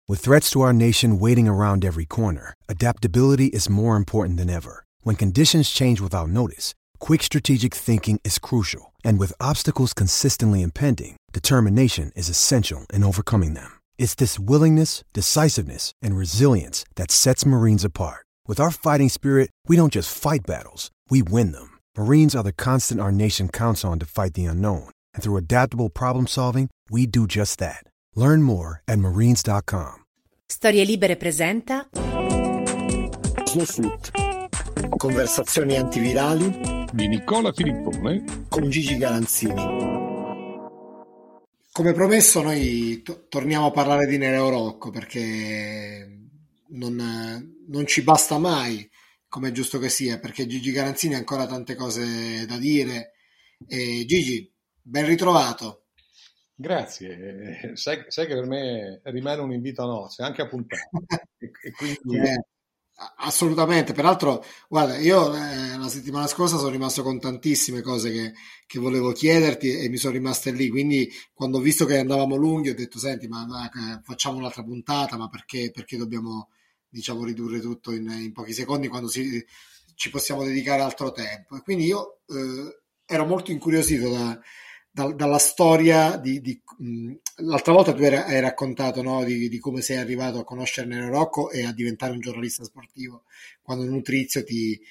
With threats to our nation waiting around every corner, adaptability is more important than ever. When conditions change without notice, quick strategic thinking is crucial. And with obstacles consistently impending, determination is essential in overcoming them. It's this willingness, decisiveness, and resilience that sets Marines apart. With our fighting spirit, we don't just fight battles, we win them. Marines are the constant our nation counts on to fight the unknown. And through adaptable problem solving, we do just that. Learn more at marines.com. Storie Libere presenta Snowsuit. Conversazioni antivirali di Nicola Filippone con Gigi Galanzini. Come promesso noi torniamo a parlare di Nereo Rocco perché non ci basta mai, come è giusto che sia, perché Gigi Galanzini ha ancora tante cose da dire. E Gigi, ben ritrovato. Grazie, sai che per me rimane un invito a nozze, anche a puntare. e quindi... Assolutamente, peraltro guarda, io la settimana scorsa sono rimasto con tantissime cose che volevo chiederti e mi sono rimaste lì, quindi quando ho visto che andavamo lunghi ho detto senti ma facciamo un'altra puntata, ma perché dobbiamo, diciamo, ridurre tutto in pochi secondi quando ci possiamo dedicare altro tempo. E quindi io ero molto incuriosito dalla storia l'altra volta tu hai raccontato, no, di come sei arrivato a conoscere Nereo Rocco e a diventare un giornalista sportivo, quando Nutrizio ti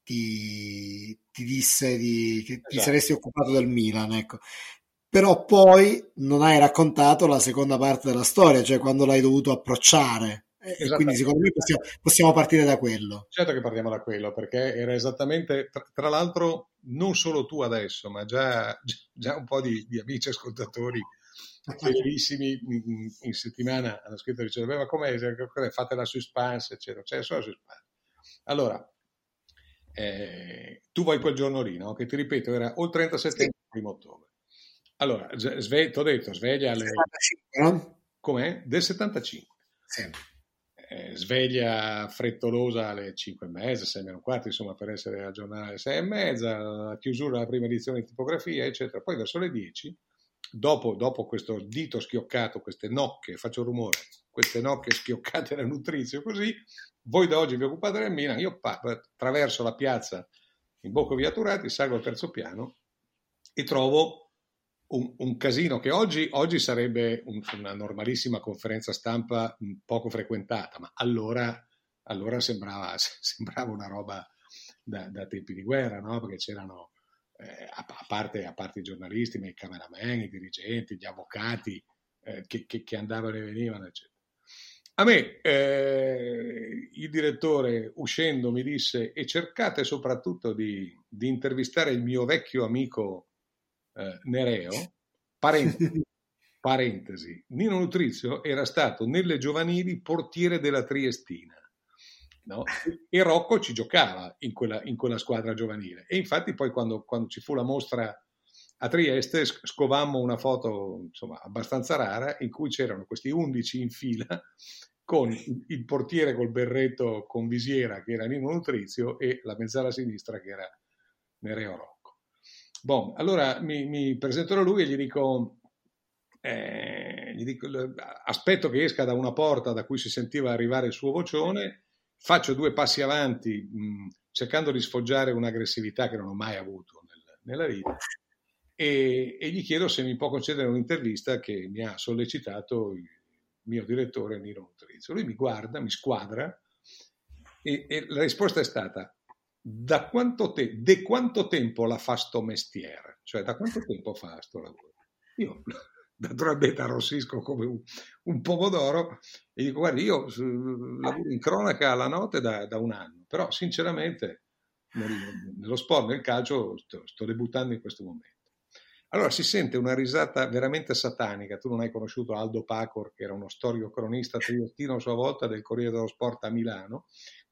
disse che ti saresti occupato del Milan, ecco. Però poi non hai raccontato la seconda parte della storia, cioè quando l'hai dovuto approcciare. E quindi secondo me possiamo partire da quello. Certo che partiamo da quello, perché era esattamente, tra l'altro non solo tu adesso, ma già un po' di amici ascoltatori fedelissimi in settimana hanno scritto e dicevano ma com'è, fate la suspense eccetera, cioè solo la suspense. Allora tu vai quel giorno lì, no? Che ti ripeto era o il 30 settembre o il 1 ottobre. Allora ti ho detto sveglia alle 75, no? Com'è? Del 75. Sì. Sveglia frettolosa alle 5:30, 6:15, insomma, per essere al giornale alle 6:30, la chiusura della prima edizione di tipografia, eccetera. Poi verso le 10, dopo questo dito schioccato, queste nocche, faccio rumore, queste nocche schioccate da Nutrizio, così, voi da oggi vi occupate del Milan, io attraverso la piazza in Bocca via Turati, salgo al terzo piano e trovo un casino che oggi sarebbe una normalissima conferenza stampa poco frequentata, ma allora sembrava una roba da tempi di guerra, no? Perché c'erano a parte i giornalisti, ma i cameraman, i dirigenti, gli avvocati che andavano e venivano, eccetera. A me il direttore uscendo mi disse e cercate soprattutto di intervistare il mio vecchio amico Nereo, parentesi, Nino Nutrizio era stato nelle giovanili portiere della Triestina, no? E Rocco ci giocava in quella squadra giovanile e infatti poi quando ci fu la mostra a Trieste scovammo una foto insomma abbastanza rara in cui c'erano questi 11 in fila con il portiere col berretto con visiera che era Nino Nutrizio e la mezzala sinistra che era Nereo Rocco. Bon, allora mi presento a lui e gli dico aspetto che esca da una porta da cui si sentiva arrivare il suo vocione, faccio 2 passi avanti cercando di sfoggiare un'aggressività che non ho mai avuto nella vita e gli chiedo se mi può concedere un'intervista che mi ha sollecitato il mio direttore Nino Nutrizio. Lui mi guarda, mi squadra e la risposta è stata da quanto tempo la fa sto mestiere? Cioè, da quanto tempo fa sto lavoro? Io, naturalmente, arrossisco come un pomodoro e dico, guardi, io lavoro in cronaca alla notte da 1 anno, però, sinceramente, nello sport, nel calcio, sto debuttando in questo momento. Allora si sente una risata veramente satanica. Tu non hai conosciuto Aldo Pacor, che era uno storico cronista triestino a sua volta del Corriere dello Sport a Milano,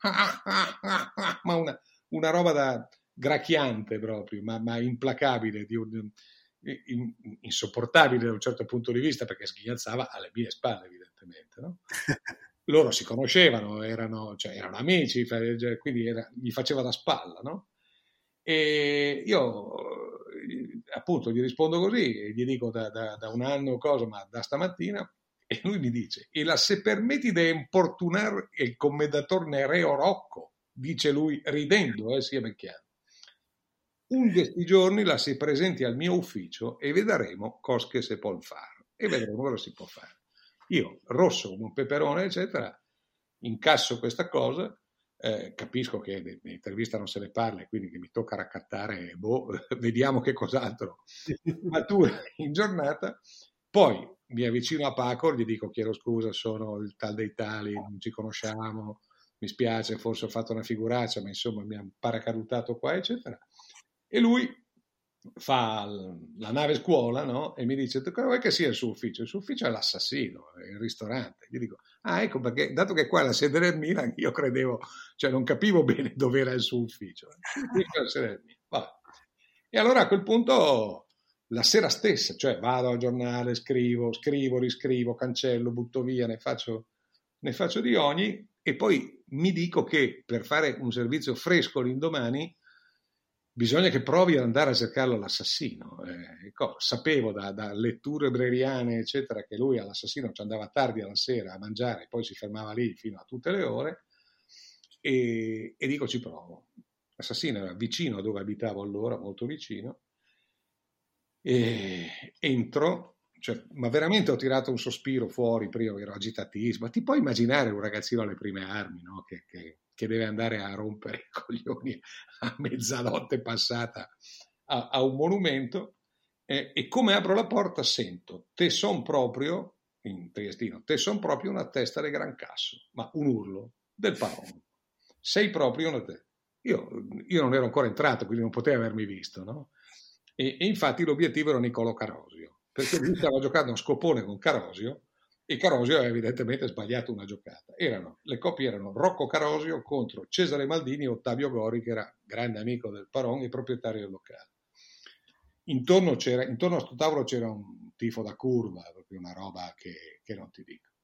ma una roba da gracchiante proprio, ma implacabile, insopportabile da un certo punto di vista perché sghignazzava alle mie spalle evidentemente, no? Loro si conoscevano, erano amici, quindi gli faceva da spalla, no? E io appunto gli rispondo così e gli dico da 1 anno cosa, ma da stamattina E lui mi dice, e la se permetti de importunar il commendator Nereo Rocco, dice lui ridendo, sia becchiano. Un di questi giorni la si presenti al mio ufficio e vedremo cos che si può fare. E vedremo cosa si può fare. Io, rosso come un peperone, eccetera, incasso questa cosa, capisco che in intervista non se ne parla, quindi che mi tocca raccattare, vediamo che cos'altro matura in giornata. Poi mi avvicino a Paco, gli dico chiedo scusa, sono il tal dei tali, non ci conosciamo, mi spiace, forse ho fatto una figuraccia, ma insomma mi ha paracadutato qua, eccetera. E lui fa la nave scuola, no? E mi dice, cosa vuoi che sia il suo ufficio? Il suo ufficio è l'Assassino, è il ristorante. Gli dico, ecco, perché dato che qua è la sede del Milan, io credevo, cioè non capivo bene dove era il suo ufficio. La sede del Milan. Vabbè. E allora a quel punto, la sera stessa, cioè vado al giornale, scrivo, riscrivo, cancello, butto via, ne faccio di ogni, e poi mi dico che per fare un servizio fresco l'indomani bisogna che provi ad andare a cercarlo all'Assassino. Sapevo da letture breriane, eccetera, che lui all'Assassino ci andava tardi alla sera a mangiare e poi si fermava lì fino a tutte le ore, e dico ci provo. L'Assassino era vicino a dove abitavo allora, molto vicino, e entro, ma veramente ho tirato un sospiro fuori, prima ero agitatissimo. Ti puoi immaginare un ragazzino alle prime armi, no? che deve andare a rompere i coglioni a mezzanotte passata a un monumento, e come apro la porta sento te son proprio, in triestino, te son proprio una testa di gran casso, ma un urlo del Paron, sei proprio una te. Io non ero ancora entrato, quindi non poteva avermi visto, no? E infatti l'obiettivo era Niccolò Carosio, perché lui stava giocando a scopone con Carosio, e Carosio aveva evidentemente sbagliato una giocata. Le coppie erano Rocco Carosio contro Cesare Maldini e Ottavio Gori, che era grande amico del Paron e proprietario del locale. Intorno a questo tavolo c'era un tifo da curva, proprio una roba che non ti dico.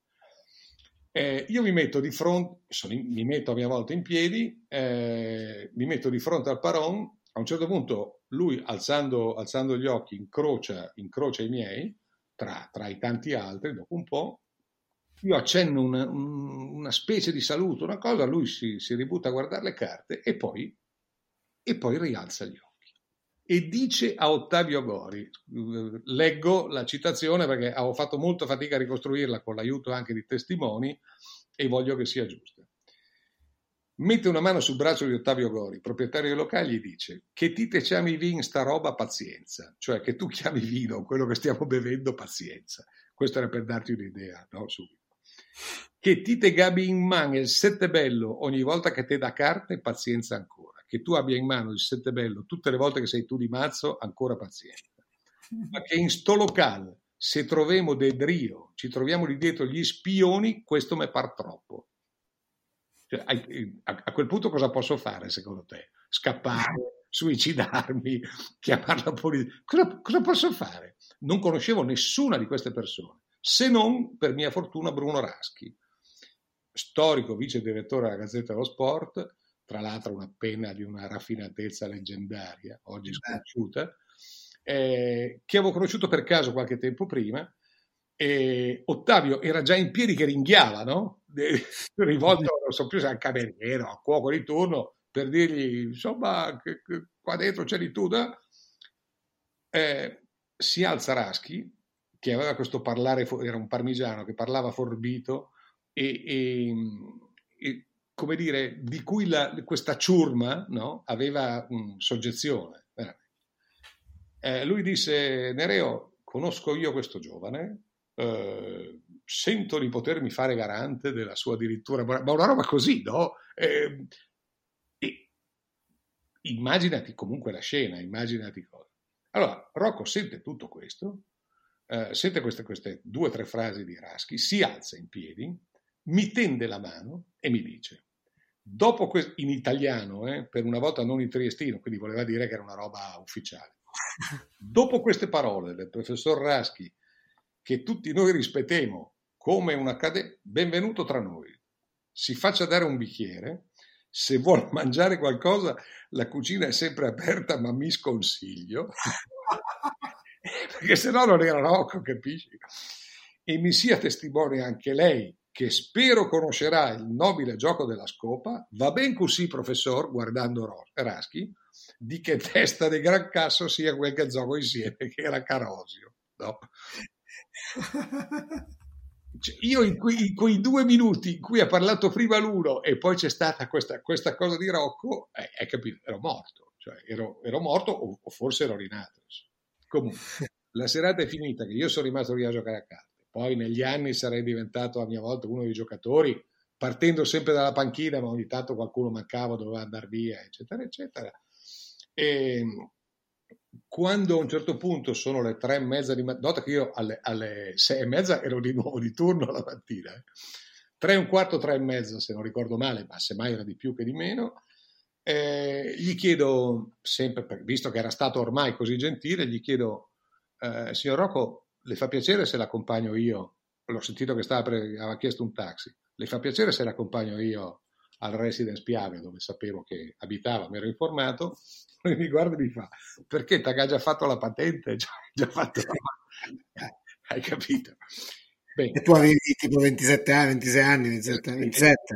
Io mi metto di fronte, mi metto a mia volta in piedi, mi metto di fronte al Paron. A un certo punto lui, alzando gli occhi, incrocia i miei, tra i tanti altri. Dopo un po' io accenno una specie di saluto, una cosa, lui si ributta a guardare le carte e poi rialza gli occhi e dice a Ottavio Gori, leggo la citazione perché avevo fatto molta fatica a ricostruirla con l'aiuto anche di testimoni e voglio che sia giusta. Mette una mano sul braccio di Ottavio Gori, proprietario del locale, e gli dice: che ti te chiami vin sta roba pazienza, cioè che tu chiami vino quello che stiamo bevendo pazienza. Questo era per darti un'idea, no? Subito. Che ti te gabi in mano il sette bello ogni volta che te dà carte, pazienza ancora. Che tu abbia in mano il sette bello tutte le volte che sei tu di mazzo, ancora pazienza. Ma che in sto locale, se trovemo de drio, ci troviamo lì dietro gli spioni, questo me par troppo. Cioè, a quel punto cosa posso fare secondo te? Scappare, suicidarmi, chiamare la polizia? Cosa posso fare? Non conoscevo nessuna di queste persone, se non, per mia fortuna, Bruno Raschi, storico vice direttore della Gazzetta dello Sport, tra l'altro una penna di una raffinatezza leggendaria, oggi sconosciuta, che avevo conosciuto per caso qualche tempo prima. E Ottavio era già in piedi che ringhiava, no? Rivolto, non so più se al cameriere, al cuoco di turno, per dirgli, insomma, che qua dentro c'è di tutto. Si alza Raschi, che aveva questo parlare, era un parmigiano che parlava forbito e come dire, di cui questa ciurma, no? Aveva soggezione. Lui disse: Nereo, conosco io questo giovane, sento di potermi fare garante della sua addirittura, ma una roba così, no? E immaginati comunque la scena, immaginati cosa. Allora Rocco sente tutto questo, sente queste 2 o 3 frasi di Raschi, si alza in piedi, mi tende la mano e mi dice, dopo in italiano, per una volta non in triestino, quindi voleva dire che era una roba ufficiale, dopo queste parole del professor Raschi, che tutti noi rispettiamo come un accademico, benvenuto tra noi, si faccia dare un bicchiere, se vuole mangiare qualcosa la cucina è sempre aperta, ma mi sconsiglio, perché se no non era Rocco, capisci? e mi sia testimone anche lei, che spero conoscerà il nobile gioco della scopa, va ben così, professor, guardando Raschi, di che testa di gran casso sia quel che gioco insieme, che era Carosio. No? Cioè, io in quei 2 minuti in cui ha parlato prima l'uno e poi c'è stata questa cosa di Rocco, hai capito, ero morto, cioè ero morto o forse ero rinato. Comunque, la serata è finita, che io sono rimasto lì a giocare a carte. Poi negli anni sarei diventato a mia volta uno dei giocatori, partendo sempre dalla panchina, ma ogni tanto qualcuno mancava, doveva andare via, eccetera, eccetera. E quando a un certo punto sono le 3:30 di mattina, nota che io alle 6:30 ero di nuovo di turno la mattina, 3:15, 3:30 se non ricordo male, ma semmai era di più che di meno, gli chiedo sempre, visto che era stato ormai così gentile, gli chiedo, signor Rocco, le fa piacere se l'accompagno io? L'ho sentito che aveva chiesto un taxi, le fa piacere se l'accompagno io al Residence Piave, dove sapevo che abitava, mi ero informato, e mi guarda e mi fa, perché ti ha già fatto la patente? Già fatto hai capito? Bene. E tu avevi tipo 27 anni, 26 anni, 27.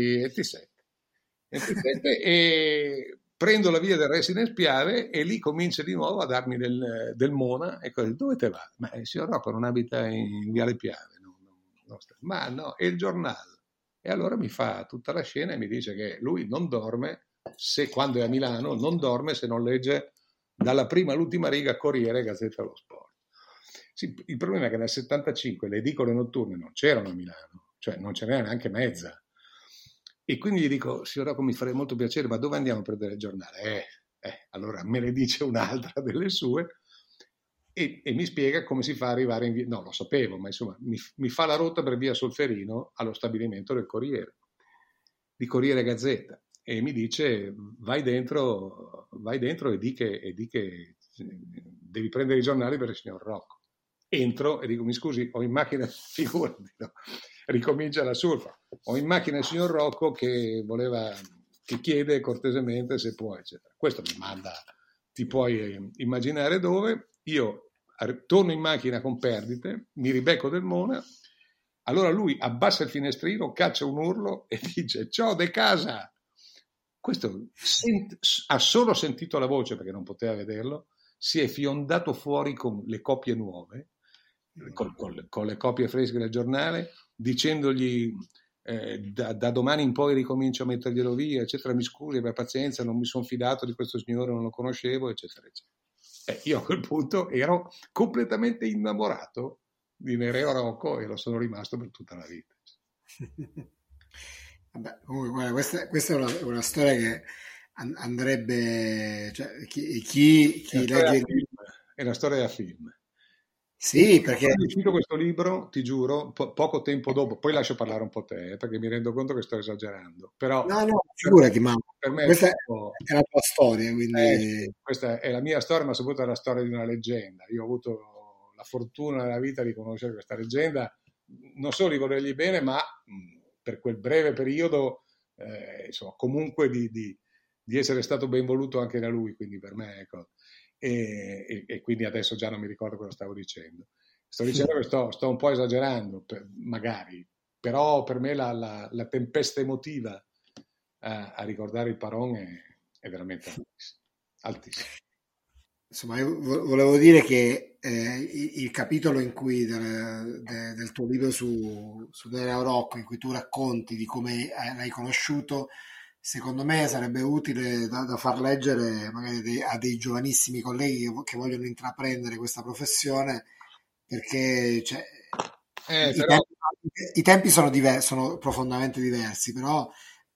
27 e prendo la via del Residence Piave e lì comincia di nuovo a darmi del Mona e così, dove te va? Ma il signor Rocco non abita in Viale Piave, ma no, è il giornale. E allora mi fa tutta la scena e mi dice che lui non dorme, se quando è a Milano, non dorme se non legge dalla prima all'ultima riga Corriere, Gazzetta dello Sport. Sì, il problema è che nel 75 le edicole notturne non c'erano a Milano, cioè non ce n'era neanche mezza. E quindi gli dico, signor Rocco, mi farebbe molto piacere, ma dove andiamo a prendere il giornale? Allora me ne dice un'altra delle sue e mi spiega come si fa ad arrivare in via. No, lo sapevo, ma insomma mi fa la rotta per via Solferino allo stabilimento del Corriere, di Corriere Gazzetta, e mi dice vai dentro e di che devi prendere i giornali per il signor Rocco. Entro e dico, mi scusi, ho in macchina, figurati, no? Ricomincia la surfa, ho in macchina il signor Rocco che chiede cortesemente se può, eccetera. Questo mi manda, ti puoi immaginare dove. Io torno in macchina con perdite, mi ribecco del Mona, allora lui abbassa il finestrino, caccia un urlo e dice ciao de casa. Questo ha solo sentito la voce perché non poteva vederlo, si è fiondato fuori con le copie nuove, con le copie fresche del giornale, dicendogli da domani in poi ricomincio a metterglielo via, eccetera, mi scusi, per pazienza, non mi sono fidato di questo signore, non lo conoscevo, eccetera, eccetera. Io a quel punto ero completamente innamorato di Nereo Rocco e lo sono rimasto per tutta la vita. Vabbè, comunque, questa è una storia che andrebbe, cioè, chi legge è una storia da film. Sì, perché quando è uscito questo libro, ti giuro, poco tempo dopo, poi lascio parlare un po' te, perché mi rendo conto che sto esagerando, però no, figurati, ma per me questa è la tua storia, quindi questa è la mia storia, ma soprattutto è la storia di una leggenda. Io ho avuto la fortuna nella vita di conoscere questa leggenda, non solo di volergli bene, ma per quel breve periodo, insomma, comunque di essere stato ben voluto anche da lui, quindi per me, ecco. E quindi adesso già non mi ricordo cosa stavo dicendo. Sto dicendo che sto un po' esagerando, magari, però per me la tempesta emotiva a ricordare il Paron è veramente altissima. Insomma, io volevo dire che il capitolo in cui del tuo libro su Nereo Rocco, in cui tu racconti di come l'hai conosciuto, secondo me sarebbe utile da far leggere magari a dei giovanissimi colleghi che vogliono intraprendere questa professione, perché cioè, i tempi sono profondamente diversi, però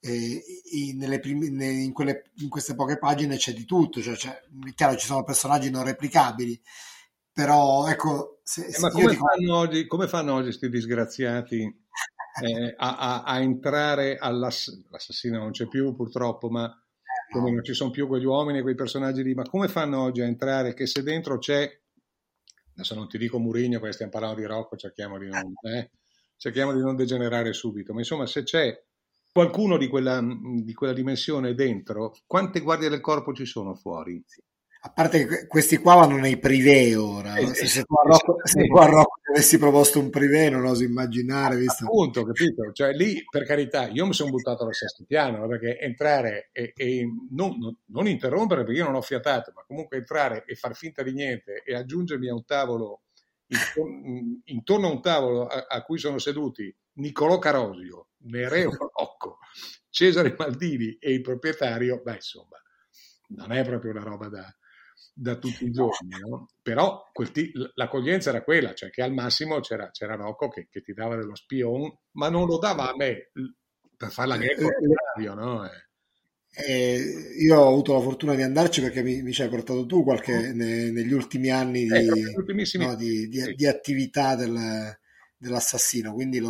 in queste poche pagine c'è di tutto, cioè, chiaro, ci sono personaggi non replicabili, però ecco, ma come fanno oggi questi disgraziati a entrare l'assassino non c'è più purtroppo, ma come non ci sono più quegli uomini, quei personaggi lì, ma come fanno oggi a entrare che se dentro c'è, adesso non ti dico Mourinho perché stiamo parlando di Rocco, cerchiamo di non degenerare subito, ma insomma se c'è qualcuno di quella dimensione dentro, quante guardie del corpo ci sono fuori? A parte che questi qua vanno nei privé ora. Se tu a Rocco avessi proposto un privé, non oso immaginare. Visto? Appunto, capito? Cioè lì, per carità, io mi sono buttato al sesto piano, perché entrare e non interrompere, perché io non ho fiatato, ma comunque entrare e far finta di niente e aggiungermi a un tavolo, intorno a un tavolo a cui sono seduti Niccolò Carosio, Nereo Rocco, Cesare Maldini e il proprietario, beh, insomma, non è proprio una roba da tutti i giorni, no? Però l'accoglienza era quella, cioè che al massimo c'era Rocco che ti dava dello spion, ma non lo dava a me per fare la gecko in radio, no? Io ho avuto la fortuna di andarci perché mi ci hai portato tu negli ultimi anni di attività dell'assassino, quindi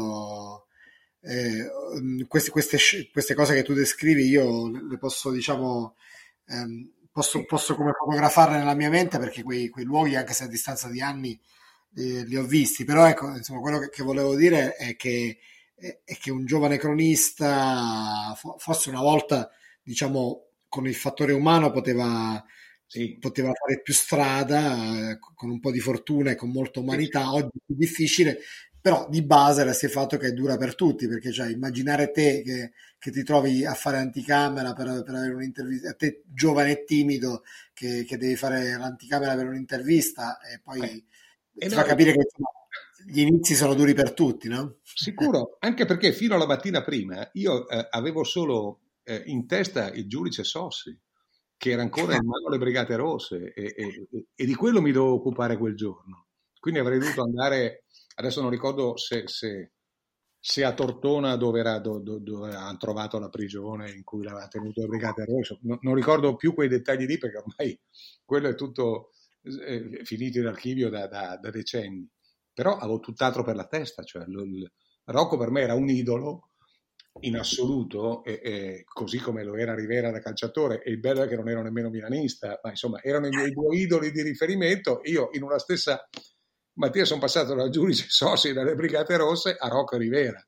queste cose che tu descrivi io le posso, diciamo, posso come fotografarle nella mia mente, perché quei luoghi, anche se a distanza di anni, li ho visti. Però ecco, insomma, quello che volevo dire è che un giovane cronista forse una volta, diciamo, con il fattore umano poteva fare più strada, con un po' di fortuna e con molta umanità. Oggi è più difficile, però di base resta il fatto che dura per tutti, perché cioè, immaginare te che ti trovi a fare anticamera per avere un'intervista, a te giovane e timido che devi fare l'anticamera per un'intervista, e poi ti fa capire che insomma, gli inizi sono duri per tutti, no? Sicuro, anche perché fino alla mattina prima io avevo solo in testa il giudice Sossi, che era ancora in mano alle Brigate Rosse, e di quello mi dovevo occupare quel giorno. Quindi avrei dovuto andare, adesso non ricordo se a Tortona, dove hanno trovato la prigione in cui l'aveva tenuto le Brigate Rosse, non ricordo più quei dettagli lì, perché ormai quello è tutto finito in archivio da decenni. Però avevo tutt'altro per la testa, cioè Rocco per me era un idolo in assoluto, così come lo era Rivera da calciatore, e il bello è che non ero nemmeno milanista, ma insomma erano i miei due idoli di riferimento. Io in una stessa mattina sono passato dal giudice Sossi dalle Brigate Rosse a Rocco Rivera,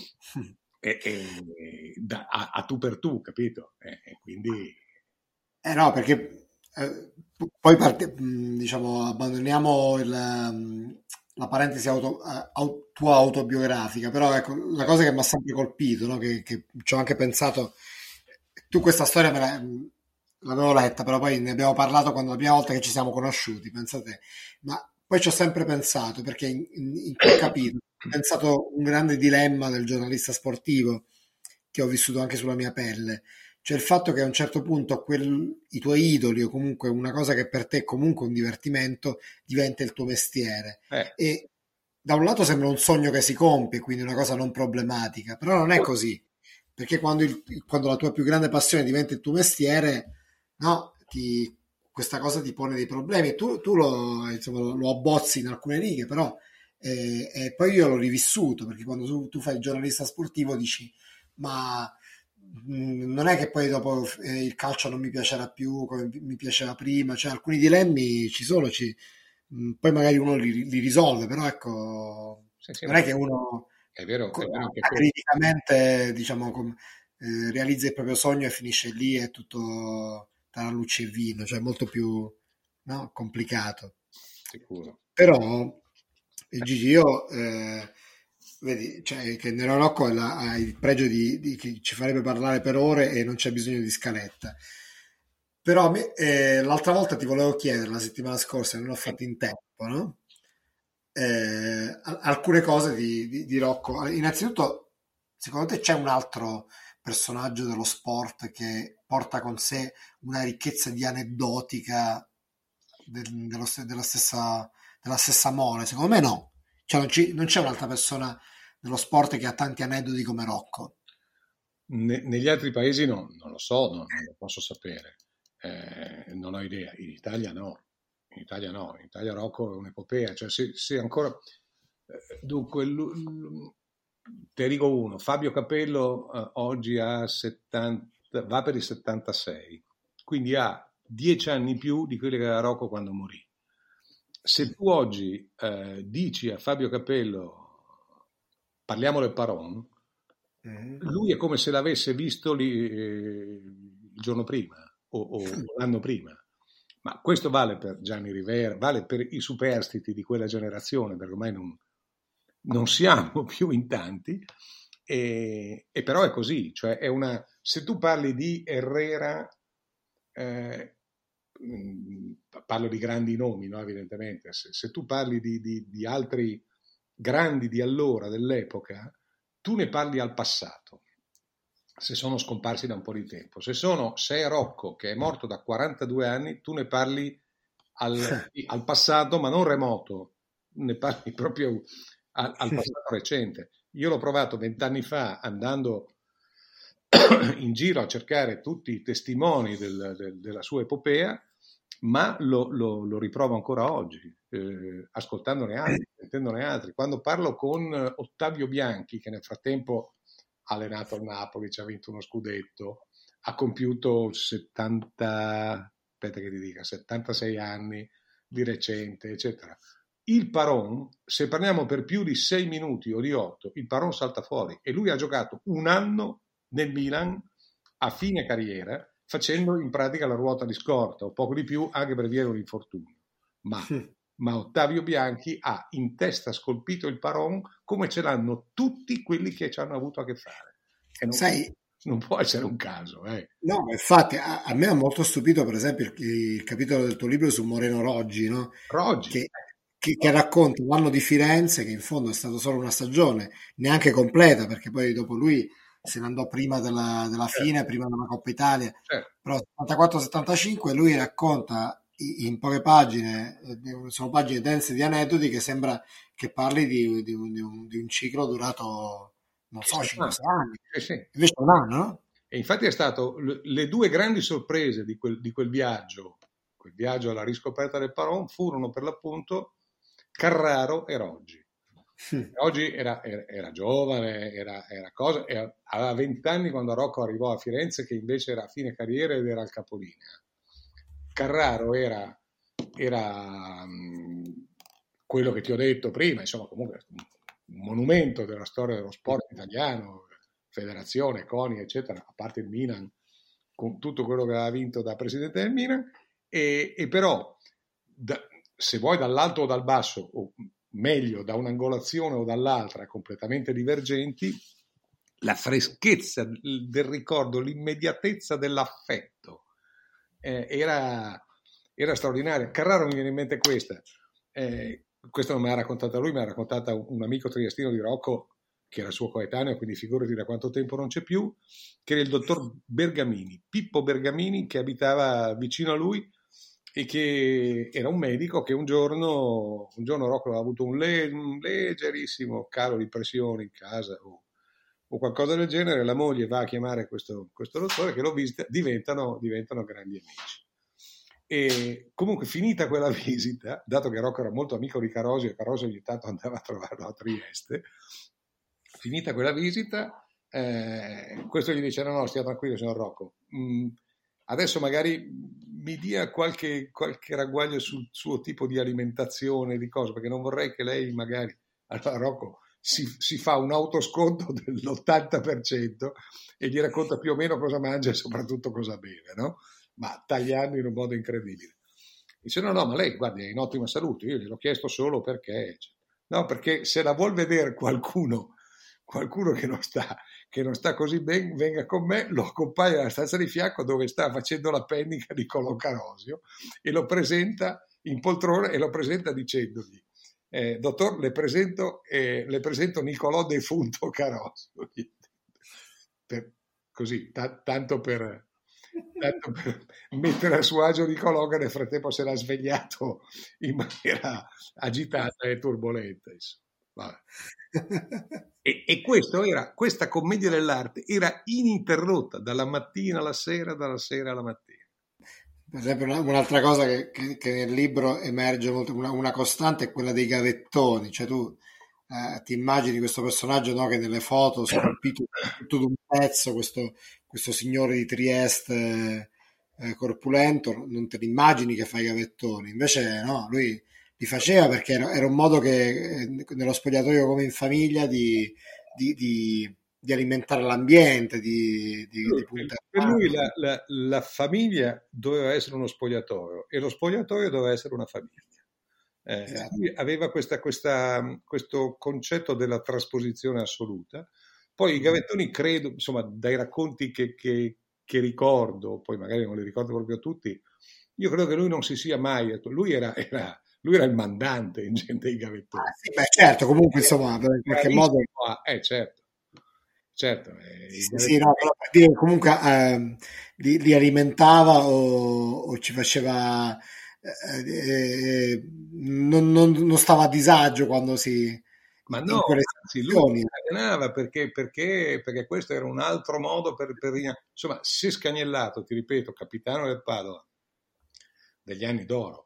a tu per tu, capito? Quindi no, perché poi diciamo, abbandoniamo la parentesi tua autobiografica, però ecco, la cosa che mi ha sempre colpito, no? Che ci ho anche pensato, tu questa storia l'avevo letta, però poi ne abbiamo parlato quando la prima volta che ci siamo conosciuti, pensate, ma poi ci ho sempre pensato, perché in quel capitolo ho pensato un grande dilemma del giornalista sportivo che ho vissuto anche sulla mia pelle. Cioè il fatto che a un certo punto i tuoi idoli, o comunque una cosa che per te è comunque un divertimento, diventa il tuo mestiere. E da un lato sembra un sogno che si compie, quindi una cosa non problematica, però non è così, perché quando la tua più grande passione diventa il tuo mestiere, no, questa cosa ti pone dei problemi, e tu lo abbozzi in alcune righe, però e poi io l'ho rivissuto, perché quando tu fai il giornalista sportivo dici, ma non è che poi dopo il calcio non mi piacerà più come mi piaceva prima, cioè alcuni dilemmi ci sono, poi magari uno li risolve, però ecco, non è che uno è vero criticamente, diciamo, realizza il proprio sogno e finisce lì, è tutto tra luce e vino, cioè molto più, no, complicato. Sicuro. Però Gigi, io vedi, cioè, che Nero Rocco ha il pregio di che ci farebbe parlare per ore e non c'è bisogno di scaletta. Però l'altra volta ti volevo chiedere, la settimana scorsa, non l'ho fatto in tempo, no? Alcune cose di Rocco. Innanzitutto, secondo te c'è un altro personaggio dello sport che porta con sé una ricchezza di aneddotica della stessa mole? Secondo me no. Cioè non c'è un'altra persona dello sport che ha tanti aneddoti come Rocco. Negli altri paesi non lo so, non lo posso sapere, non ho idea. In Italia no. In Italia Rocco è un'epopea, cioè se ancora dunque te dico uno, Fabio Capello oggi ha 70, va per i 76, quindi ha 10 anni più di quelli che aveva Rocco quando morì. Se tu oggi dici a Fabio Capello parliamo del Paron, lui è come se l'avesse visto lì il giorno prima o l'anno prima, Ma questo vale per Gianni Rivera, vale per i superstiti di quella generazione, perché ormai non siamo più in tanti, e però è così, cioè se tu parli di Herrera, parlo di grandi nomi, no? Evidentemente, se tu parli di altri grandi di allora, dell'epoca, tu ne parli al passato, se sono scomparsi da un po' di tempo. Se è Rocco, che è morto da 42 anni, tu ne parli al passato, ma non remoto, ne parli proprio al passato recente. Io l'ho provato 20 anni fa andando in giro a cercare tutti i testimoni della sua epopea, ma lo riprovo ancora oggi, ascoltandone altri, sentendone altri. Quando parlo con Ottavio Bianchi, che nel frattempo ha allenato il Napoli, ci ha vinto uno scudetto, ha compiuto 76 anni di recente, eccetera. Il Paron, se parliamo per più di 6 minuti o di 8, il Paron salta fuori, e lui ha giocato un anno nel Milan a fine carriera, facendo in pratica la ruota di scorta, o poco di più, anche per via di un infortunio. Ma Ottavio Bianchi ha in testa scolpito il Paron come ce l'hanno tutti quelli che ci hanno avuto a che fare. E non può essere un caso. No, infatti a me ha molto stupito, per esempio, il capitolo del tuo libro su Moreno Roggi, no? Roggi. Che racconta l'anno di Firenze, che in fondo è stato solo una stagione, neanche completa, perché poi dopo lui se ne andò prima della fine, prima della Coppa Italia, però 74-75 lui racconta in poche pagine, sono pagine dense di aneddoti, che sembra che parli di un ciclo durato, non so, 5-6 anni, invece un anno, no? E infatti è stato le due grandi sorprese di quel viaggio alla riscoperta del Paron, furono per l'appunto Carraro e Roggi. Oggi era giovane, era cosa, aveva 20 anni quando Rocco arrivò a Firenze, che invece era a fine carriera ed era al capolinea. Carraro era quello che ti ho detto prima, insomma, comunque un monumento della storia dello sport italiano, federazione, CONI, eccetera, a parte il Milan, con tutto quello che aveva vinto da presidente del Milan, e però se vuoi dall'alto o dal basso, o meglio da un'angolazione o dall'altra, completamente divergenti, la freschezza del ricordo, l'immediatezza dell'affetto era straordinaria. Carraro, mi viene in mente questa non me l'ha raccontata lui, me l'ha raccontata un amico triestino di Rocco, che era suo coetaneo, quindi figurati da quanto tempo non c'è più, che era il dottor Bergamini, Pippo Bergamini, che abitava vicino a lui, e che era un medico che un giorno Rocco aveva avuto un leggerissimo calo di pressione in casa o qualcosa del genere. La moglie va a chiamare questo dottore, che lo visita, diventano grandi amici. E comunque, finita quella visita, dato che Rocco era molto amico di Carosi e Carosi ogni tanto andava a trovarlo a Trieste, finita quella visita, questo gli dice: no, stia tranquillo signor Rocco, adesso magari mi dia qualche ragguaglio sul suo tipo di alimentazione, di cose, perché non vorrei che lei magari... Allora Rocco si fa un autosconto dell'80% e gli racconta più o meno cosa mangia e soprattutto cosa beve, no? Ma tagliando in un modo incredibile. Dice: no, ma lei, guardi, è in ottima salute, io gliel'ho chiesto solo perché... No, perché se la vuol vedere qualcuno che non sta così bene, venga con me, lo accompagna alla stanza di fianco dove sta facendo la pennica di Collo Carosio, e lo presenta in poltrona e lo presenta dicendogli: dottor, le presento Nicolò defunto Carosio. Così, tanto per mettere a suo agio Nicolò, che nel frattempo si era svegliato in maniera agitata e turbolenta, insomma. E questa commedia dell'arte era ininterrotta dalla mattina alla sera, dalla sera alla mattina. Per esempio, un'altra cosa che nel libro emerge molto, una costante, è quella dei gavettoni. Cioè tu ti immagini questo personaggio, no, che nelle foto scolpito tutto d'un pezzo, questo signore di Trieste corpulento, non te l'immagini che fa i gavettoni. Invece no, lui li faceva perché era un modo che nello spogliatoio, come in famiglia, di di alimentare l'ambiente, di puntare Per lui avanti. la famiglia doveva essere uno spogliatoio e lo spogliatoio doveva essere una famiglia. Esatto. Lui aveva questo concetto della trasposizione assoluta. Poi i gavettoni, credo, insomma, dai racconti che ricordo, poi magari non li ricordo proprio tutti, io credo che lui non si sia mai, lui era il mandante dei gavettoni. Sì, beh, certo, comunque insomma, in qualche modo Certo, certo. sì, no, però per dire che comunque li alimentava o ci faceva non stava a disagio quando Ma in no, quelle anzi, lui situazioni. scatenava perché questo era un altro modo insomma, se Scagnellato, ti ripeto, capitano del Padova degli anni d'oro,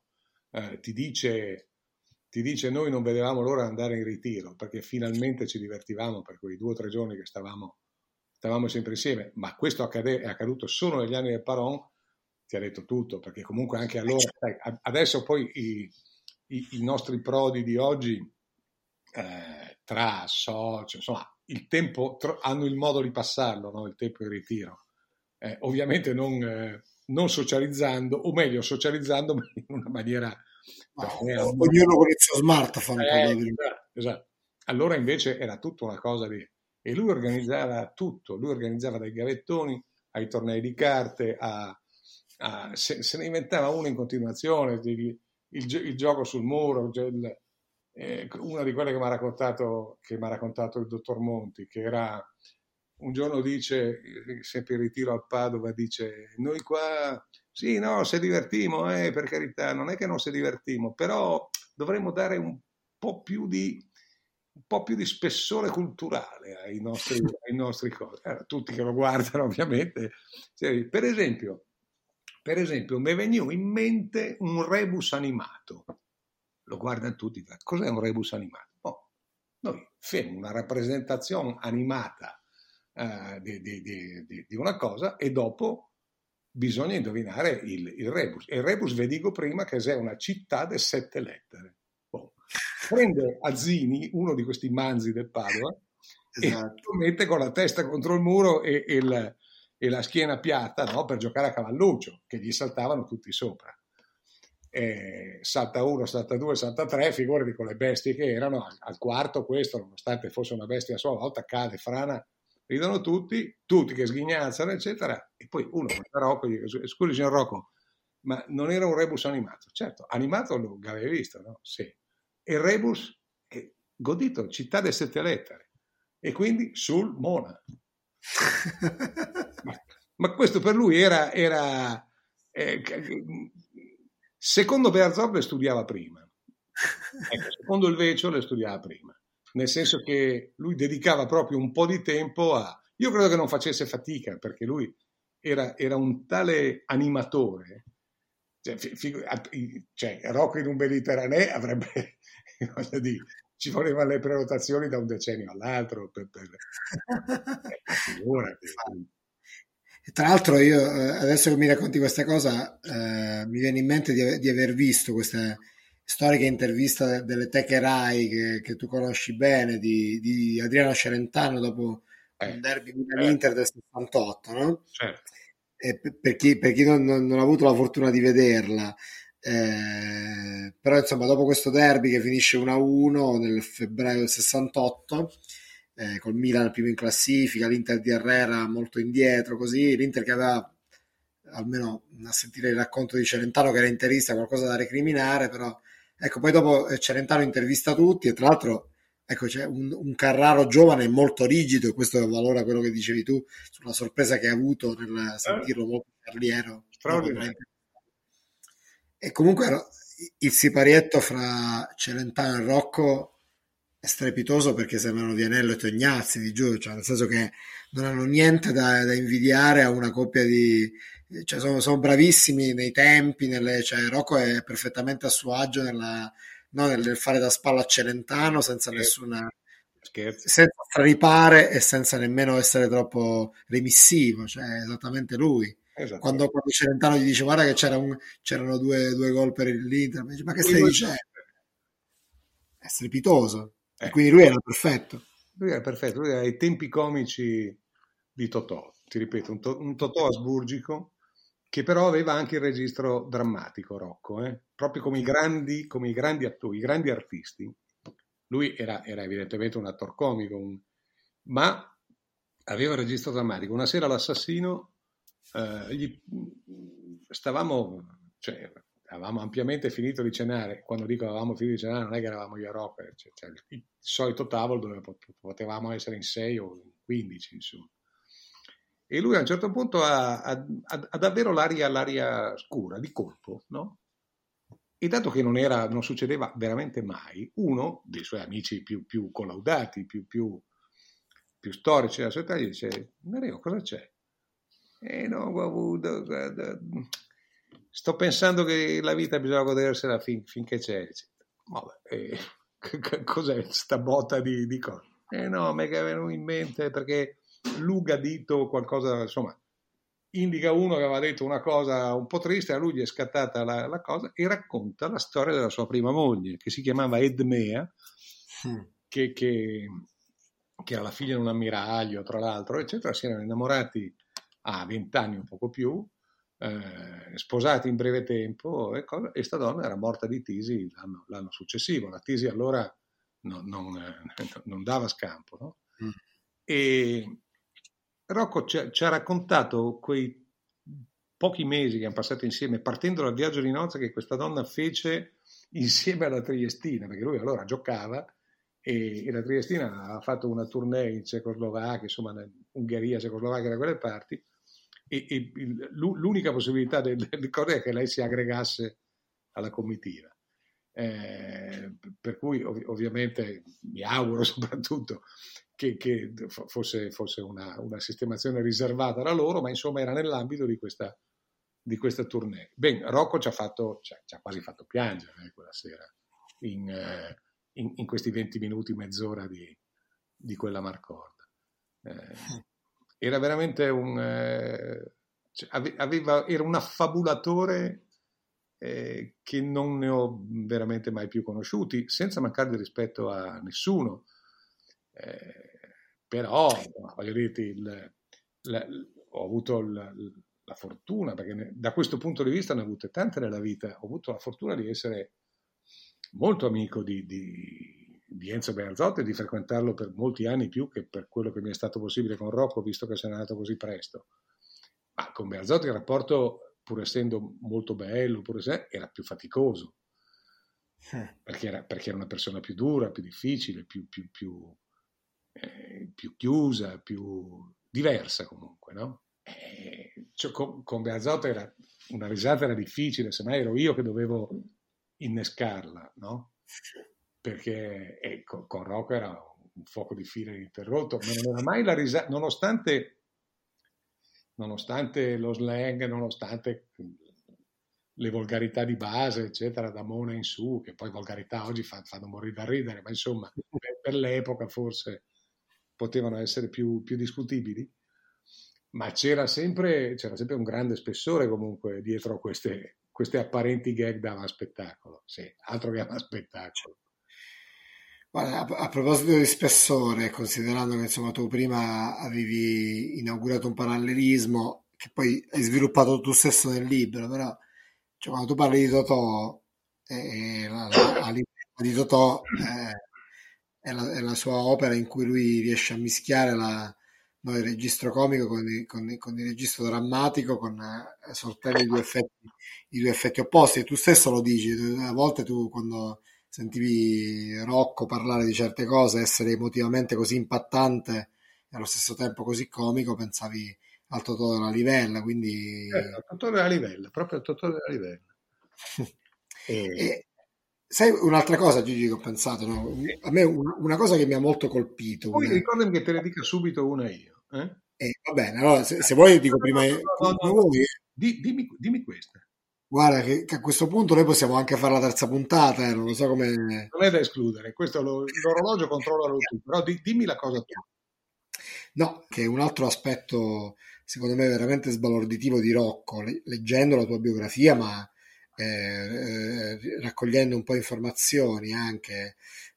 ti dice noi non vedevamo l'ora di andare in ritiro perché finalmente ci divertivamo per quei 2 o 3 giorni che stavamo sempre insieme, ma questo è accaduto solo negli anni del Paron, ti ha detto tutto, perché comunque anche allora, sai, adesso poi i nostri prodi di oggi tra soci, insomma, il tempo hanno il modo di passarlo, no? Il tempo in ritiro. Ovviamente non socializzando, o meglio, socializzando ma in una maniera. Ognuno con il suo smartphone, probabilmente. Esatto. Allora invece era tutta una cosa di. E lui organizzava tutto, lui organizzava dai gavettoni ai tornei di carte, se ne inventava uno in continuazione, il gioco sul muro, una di quelle che mi ha raccontato il dottor Monti, che era un giorno dice, sempre in ritiro al Padova, dice noi qua sì, no, se divertimo, per carità, non è che non se divertimo, però dovremmo dare un po' più di spessore culturale ai nostri cose. Tutti che lo guardano, ovviamente. Per esempio, mi è venuto in mente un rebus animato. Lo guardano tutti, cos'è un rebus animato? Oh, noi facciamo una rappresentazione animata di una cosa e dopo bisogna indovinare il rebus. E il rebus vi dico prima che è una città di 7 lettere. Boh. Prende Azzini, uno di questi manzi del Padova, Esatto. e lo mette con la testa contro il muro e la schiena piatta, no? Per giocare a cavalluccio, che gli saltavano tutti sopra. Salta 1, salta 2, salta 3, figurati con le bestie che erano. Al quarto questo, nonostante fosse una bestia a sua volta, cade, frana, ridono tutti che sghignazzano, eccetera. E poi uno guarda Rocco e dice: scusi signor Rocco, ma non era un rebus animato? Certo, animato lo avevi visto, no? Sì. E il rebus, godito, città delle 7 lettere, e quindi sul Mona. ma questo per lui era secondo Bearzot le studiava prima, ecco, secondo il Vecio le studiava prima, nel senso che lui dedicava proprio un po' di tempo io credo che non facesse fatica, perché lui era un tale animatore, cioè Rocco in un Mediterraneo avrebbe, voglio dire, ci volevano le prenotazioni da un decennio all'altro figurati. Tra l'altro io adesso che mi racconti questa cosa mi viene in mente di aver visto queste storiche interviste delle Teche Rai che tu conosci bene di Adriano Celentano dopo un derby Milan-Inter del 68, no? Certo. E per chi non ha avuto la fortuna di vederla, però insomma dopo questo derby che finisce 1-1 nel febbraio del 68, col Milan al primo in classifica, l'Inter di Herrera molto indietro, così l'Inter che aveva, almeno a sentire il racconto di Celentano che era interista, qualcosa da recriminare, però ecco, poi dopo Celentano intervista tutti e tra l'altro ecco, c'è un Carraro giovane molto rigido, e questo valora quello che dicevi tu sulla sorpresa che ha avuto nel sentirlo molto carliero. E comunque il siparietto fra Celentano e Rocco è strepitoso, perché sembrano Vianello e Tognazzi di giù, cioè nel senso che non hanno niente da invidiare a una coppia cioè sono bravissimi nei tempi, cioè Rocco è perfettamente a suo agio nel fare da spalla a Celentano senza nessuna Scherzo. senza straripare e senza nemmeno essere troppo remissivo, cioè è esattamente lui. Quando Celentano gli dice guarda che c'erano due gol per l'Inter, ma che stai dicendo? È strepitoso. E quindi lui era perfetto. Lui era perfetto, lui era ai tempi comici di Totò, ti ripeto, un Totò asburgico che però aveva anche il registro drammatico, Rocco, proprio come i grandi attori, i grandi artisti. Lui era evidentemente un attore comico, ma aveva il registro drammatico. Una sera l'assassino, cioè, avevamo ampiamente finito di cenare. Quando dico avevamo finito di cenare, non è che eravamo io a Rocco, cioè il solito tavolo dove potevamo essere in 6 o in 15, insomma. E lui a un certo punto ha davvero l'aria scura, di colpo, no? E dato che non succedeva veramente mai, uno dei suoi amici più collaudati, più storici della società, gli dice: Nereo, cosa c'è? No, guarda, sto pensando che la vita bisogna godersela finché c'è. Vabbè, cos'è sta botta di cose? No, mi è venuto in mente perché Luga dito qualcosa, insomma, indica uno che aveva detto una cosa un po' triste, a lui gli è scattata la cosa e racconta la storia della sua prima moglie, che si chiamava Edmea, che era la figlia di un ammiraglio, tra l'altro, eccetera. Si erano innamorati a 20 anni, un poco più, sposati in breve tempo, e sta donna era morta di tisi l'anno successivo. La tisi allora non dava scampo, no? E Rocco ci ha raccontato quei pochi mesi che hanno passato insieme, partendo dal viaggio di nozze che questa donna fece insieme alla Triestina, perché lui allora giocava e la Triestina ha fatto una tournée in Cecoslovacchia, insomma in Ungheria, Cecoslovacchia, da quelle parti, e l'unica possibilità del cosa è che lei si aggregasse alla comitiva. Per cui ovviamente mi auguro soprattutto che fosse una sistemazione riservata da loro, ma insomma era nell'ambito di questa tournée. Ben, Rocco ci ha quasi fatto piangere quella sera in questi 20 minuti, mezz'ora di quella marcorda. Era veramente era un affabulatore che non ne ho veramente mai più conosciuti, senza mancare di rispetto a nessuno. Però voglio dirti, ho avuto la fortuna, perché da questo punto di vista ne ho avute tante nella vita, ho avuto la fortuna di essere molto amico di Enzo Bearzot e di frequentarlo per molti anni, più che per quello che mi è stato possibile con Rocco, visto che se n'è andato così presto. Ma con Bearzot il rapporto, pur essendo molto bello, era più faticoso, perché era una persona più dura, più difficile, più chiusa, più diversa comunque, no? Cioè, con Bearzot una risata era difficile, semmai ero io che dovevo innescarla, no? Perché con Rocco era un fuoco di fila ininterrotto, ma non era mai la risata, nonostante lo slang, nonostante le volgarità di base, eccetera, da Mona in su, che poi volgarità oggi fanno morire da ridere, ma insomma per l'epoca forse potevano essere più discutibili, ma c'era sempre un grande spessore comunque dietro a queste apparenti gag da spettacolo. Sì, altro che a spettacolo. Guarda, a proposito di spessore, considerando che insomma tu prima avevi inaugurato un parallelismo che poi hai sviluppato tu stesso nel libro, però cioè, quando tu parli di Totò, la libertà di Totò è la sua opera in cui lui riesce a mischiare il registro comico con il registro drammatico, con sortendo i due effetti opposti. E tu stesso lo dici, a volte tu quando sentivi Rocco parlare di certe cose, essere emotivamente così impattante e allo stesso tempo così comico, pensavi al Totò della Livella, quindi... al Totò della Livella, proprio al Totò della Livella. E sai un'altra cosa, Gigi, che ho pensato, no? A me una cosa che mi ha molto colpito... Poi ricordami che te ne dica subito una io. va bene, allora se vuoi dico prima... Dimmi questa. Guarda che a questo punto noi possiamo anche fare la terza puntata, non lo so come... Non è da escludere, questo l'orologio controllalo tu, però dimmi la cosa tua. No, che un altro aspetto secondo me veramente sbalorditivo di Rocco, leggendo la tua biografia, ma raccogliendo un po' informazioni anche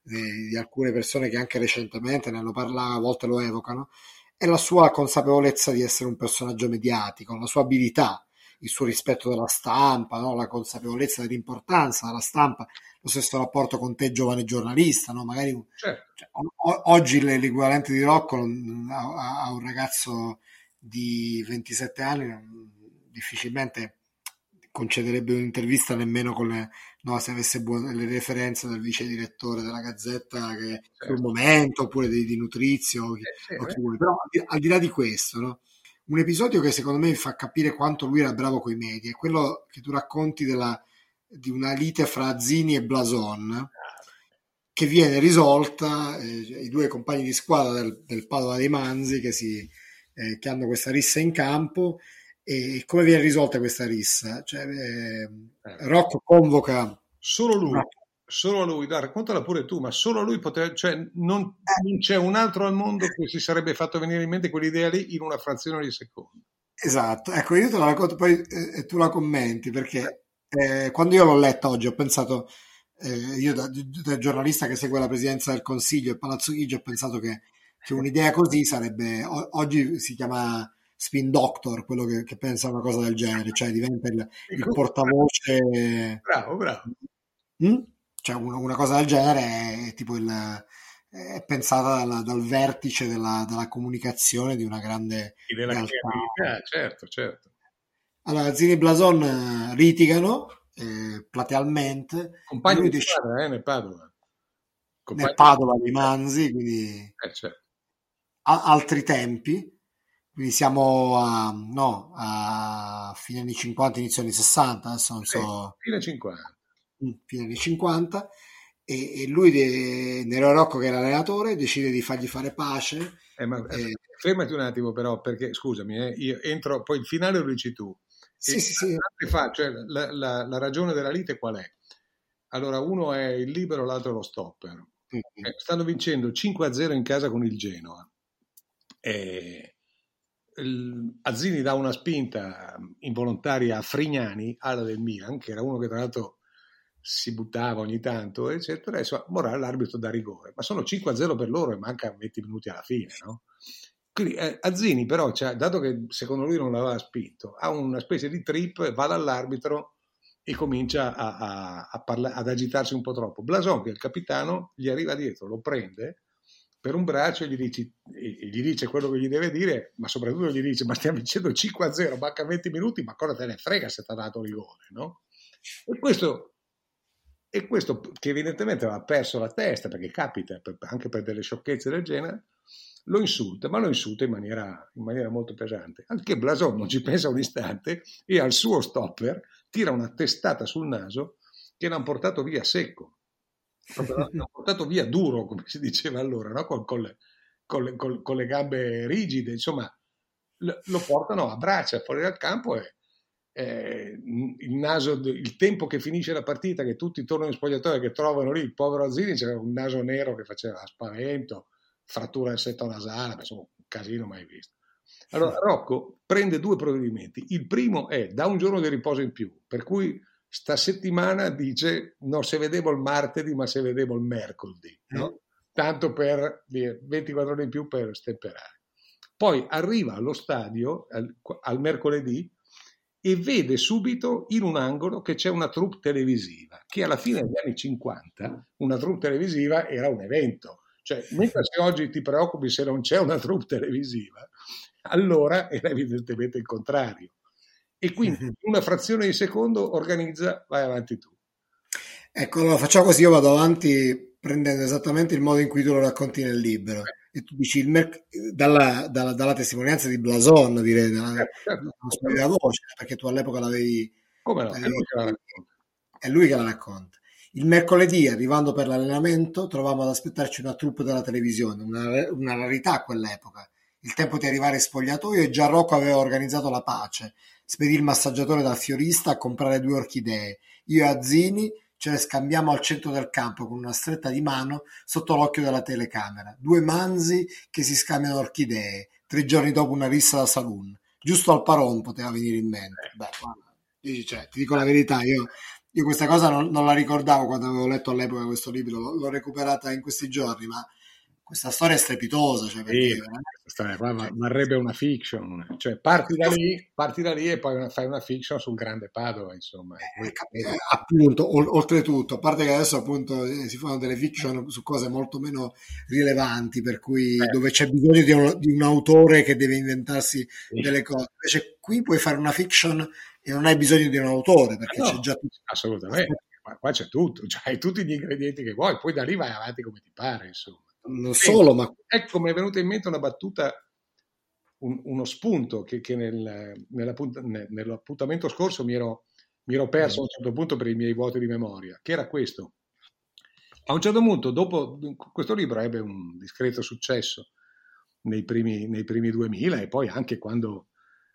di alcune persone che anche recentemente ne hanno parlato, a volte lo evocano, è la sua consapevolezza di essere un personaggio mediatico, la sua abilità, il suo rispetto della stampa, no? La consapevolezza dell'importanza della stampa, lo stesso rapporto con te, giovane giornalista, no? Magari Certo. cioè, oggi l'equivalente di Rocco a un ragazzo di 27 anni difficilmente concederebbe un'intervista nemmeno con le, no, se avesse le referenze del vice direttore della Gazzetta che sul momento, oppure di Nutrizio o chi vuole. Però al di là di questo, no? Un episodio che secondo me fa capire quanto lui era bravo coi media è quello che tu racconti di una lite fra Azzini e Blason, che viene risolta, i due compagni di squadra del Padova dei Manzi che hanno questa rissa in campo. E come viene risolta questa rissa? Cioè, Rocco convoca solo lui, dai, raccontala pure tu, ma solo lui poteva, cioè non c'è un altro al mondo che si sarebbe fatto venire in mente quell'idea lì in una frazione di secondo. Esatto, ecco, io te la racconto poi tu la commenti, perché quando io l'ho letta oggi ho pensato, io da giornalista che segue la presidenza del Consiglio e Palazzo Chigi, ho pensato che un'idea così sarebbe, oggi si chiama spin doctor, quello che pensa a una cosa del genere, cioè diventa il portavoce. Bravo. Cioè una cosa del genere è tipo è pensata dal vertice della comunicazione di una grande realtà. Certo. Allora Zini e Blason litigano platealmente, compagni di squadra nel Padova. Nel Padova di Manzi, quindi certo. Altri tempi. Quindi siamo a fine anni 50, inizio anni 60, adesso non so. Fine 50. Fine anni 50, e lui, Nero Rocco, che era allenatore, decide di fargli fare pace. Fermati un attimo però, perché scusami, io entro, poi il finale lo dici tu. Sì. Cioè, la ragione della lite qual è? Allora, uno è il libero, l'altro è lo stopper. Stanno vincendo 5-0 in casa con il Genoa. Azzini dà una spinta involontaria a Frignani, ala del Milan, che era uno che tra l'altro si buttava ogni tanto, eccetera. Adesso Morale l'arbitro da rigore, ma sono 5-0 per loro e manca 20 minuti alla fine, no? Quindi Azzini però, dato che secondo lui non l'aveva spinto, ha una specie di trip, va dall'arbitro e comincia ad agitarsi un po' troppo. Blason, che è il capitano, gli arriva dietro, lo prende per un braccio e gli dice quello che gli deve dire, ma soprattutto gli dice: ma stiamo vincendo 5-0, manca 20 minuti, ma cosa te ne frega se ti ha dato rigore, no? E questo che evidentemente aveva perso la testa, perché capita anche per delle sciocchezze del genere, lo insulta in maniera molto pesante. Anche Blason non ci pensa un istante e al suo stopper tira una testata sul naso che l'hanno portato via secco. L'hanno portato via duro, come si diceva allora, no? con le gambe rigide, insomma, lo portano a braccia fuori dal campo e il naso, il tempo che finisce la partita, che tutti tornano in spogliatoio, che trovano lì il povero Azzini, c'era un naso nero che faceva spavento, frattura del setto nasale, insomma un casino mai visto. Allora Rocco prende due provvedimenti. Il primo è: dà un giorno di riposo in più, per cui sta settimana dice: no, se vedevo il martedì, ma se vedevo il mercoledì, no? Tanto per 24 ore in più per stemperare. Poi arriva allo stadio al mercoledì e vede subito in un angolo che c'è una troupe televisiva, che alla fine degli anni 50 una troupe televisiva era un evento. Cioè, mentre se oggi ti preoccupi se non c'è una troupe televisiva, allora era evidentemente il contrario. E quindi in una frazione di secondo organizza: vai avanti tu. Ecco, allora facciamo così, io vado avanti prendendo esattamente il modo in cui tu lo racconti nel libro. E tu dici dalla testimonianza di Blason, direi, dalla voce, perché tu all'epoca l'avevi. Come no? È lui che la racconta. Il mercoledì, arrivando per l'allenamento, trovavamo ad aspettarci una troupe della televisione, una rarità a quell'epoca. Il tempo di arrivare in spogliatoio e già Rocco aveva organizzato la pace. Spedì il massaggiatore dal fiorista a comprare 2 orchidee. Io e Azzini ce le scambiamo al centro del campo con una stretta di mano sotto l'occhio della telecamera. 2 manzi che si scambiano orchidee. 3 giorni dopo una rissa da saloon. Giusto al Paron poteva venire in mente. Beh, ti dico la verità, io Io questa cosa non la ricordavo quando avevo letto all'epoca questo libro, l'ho recuperata in questi giorni, ma questa storia è strepitosa, cioè perché Sì, veramente... questa storia qua varrebbe una fiction, cioè parti da lì e poi fai una fiction sul grande Padova, insomma. appunto, oltretutto, a parte che adesso appunto si fanno delle fiction su cose molto meno rilevanti, per cui dove c'è bisogno di un autore che deve inventarsi delle cose. Invece qui puoi fare una fiction e non hai bisogno di un autore, perché c'è già tutto. Assolutamente, qua c'è tutto, cioè hai tutti gli ingredienti che vuoi, poi da lì vai avanti come ti pare, insomma. Non solo, ma... Ecco, mi è venuta in mente una battuta, uno spunto che nell'appuntamento scorso mi ero perso a un certo punto per i miei vuoti di memoria, che era questo. A un certo punto, dopo questo libro ebbe un discreto successo nei primi 2000 e poi anche quando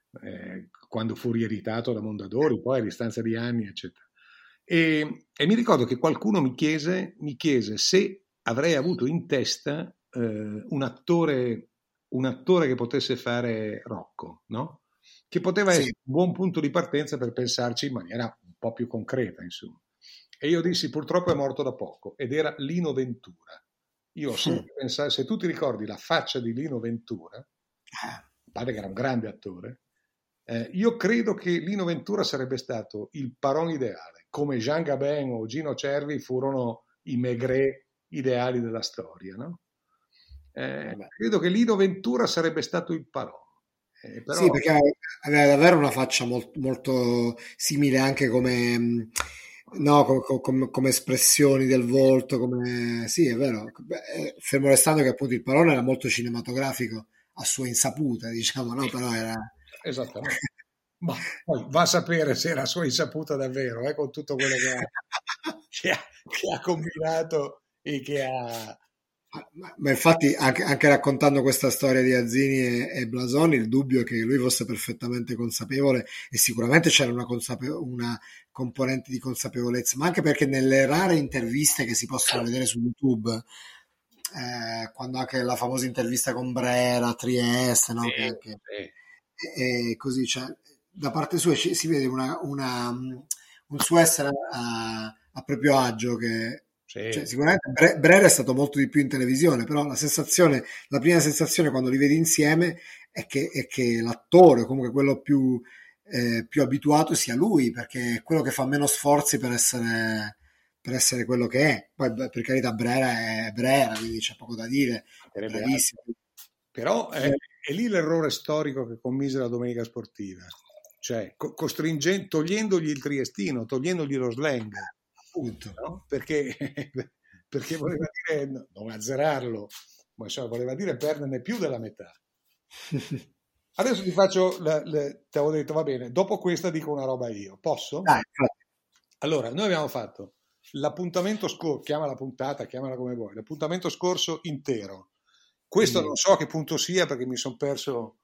fu rieditato da Mondadori, poi a distanza di anni, eccetera. E mi ricordo che qualcuno mi chiese se avrei avuto in testa un attore che potesse fare Rocco, no? Che poteva essere un buon punto di partenza per pensarci in maniera un po' più concreta, insomma. E io dissi, purtroppo è morto da poco, ed era Lino Ventura. Io ho sempre pensato, se tu ti ricordi la faccia di Lino Ventura, a parte che era un grande attore, io credo che Lino Ventura sarebbe stato il Paron ideale, come Jean Gabin o Gino Cervi furono i Maigret ideali della storia, no? Credo che Lino Ventura sarebbe stato il Paron. Però... Sì, perché aveva davvero una faccia molto simile anche come, no, come espressioni del volto, come... Sì, è vero. Fermo restando che appunto il Paron era molto cinematografico a sua insaputa, diciamo, no? Però era... Esattamente. Ma poi va a sapere se era a sua insaputa davvero, con tutto quello che ha combinato e che ha... Ma infatti anche raccontando questa storia di Azzini e Blasoni, il dubbio è che lui fosse perfettamente consapevole, e sicuramente c'era una componente di consapevolezza, ma anche perché nelle rare interviste che si possono vedere su YouTube, quando anche la famosa intervista con Brera a Trieste, no? E così, cioè, da parte sua si vede un suo essere a proprio agio che... Cioè, sicuramente Brera è stato molto di più in televisione, però la prima sensazione quando li vedi insieme è che l'attore, o comunque quello più abituato, sia lui, perché è quello che fa meno sforzi per essere quello che è. Poi, per carità, Brera è Brera, quindi c'è poco da dire, è bravissimo. Però è lì l'errore storico che commise la Domenica Sportiva, cioè togliendogli il triestino, togliendogli lo slang. No? Perché voleva dire non azzerarlo, ma insomma, voleva dire perderne più della metà. Adesso ti faccio ti avevo detto, va bene, dopo questa dico una roba io, posso? Allora, noi abbiamo fatto l'appuntamento scorso, chiama la puntata, chiamala come vuoi, l'appuntamento scorso intero. Questo non so a che punto sia perché mi sono perso.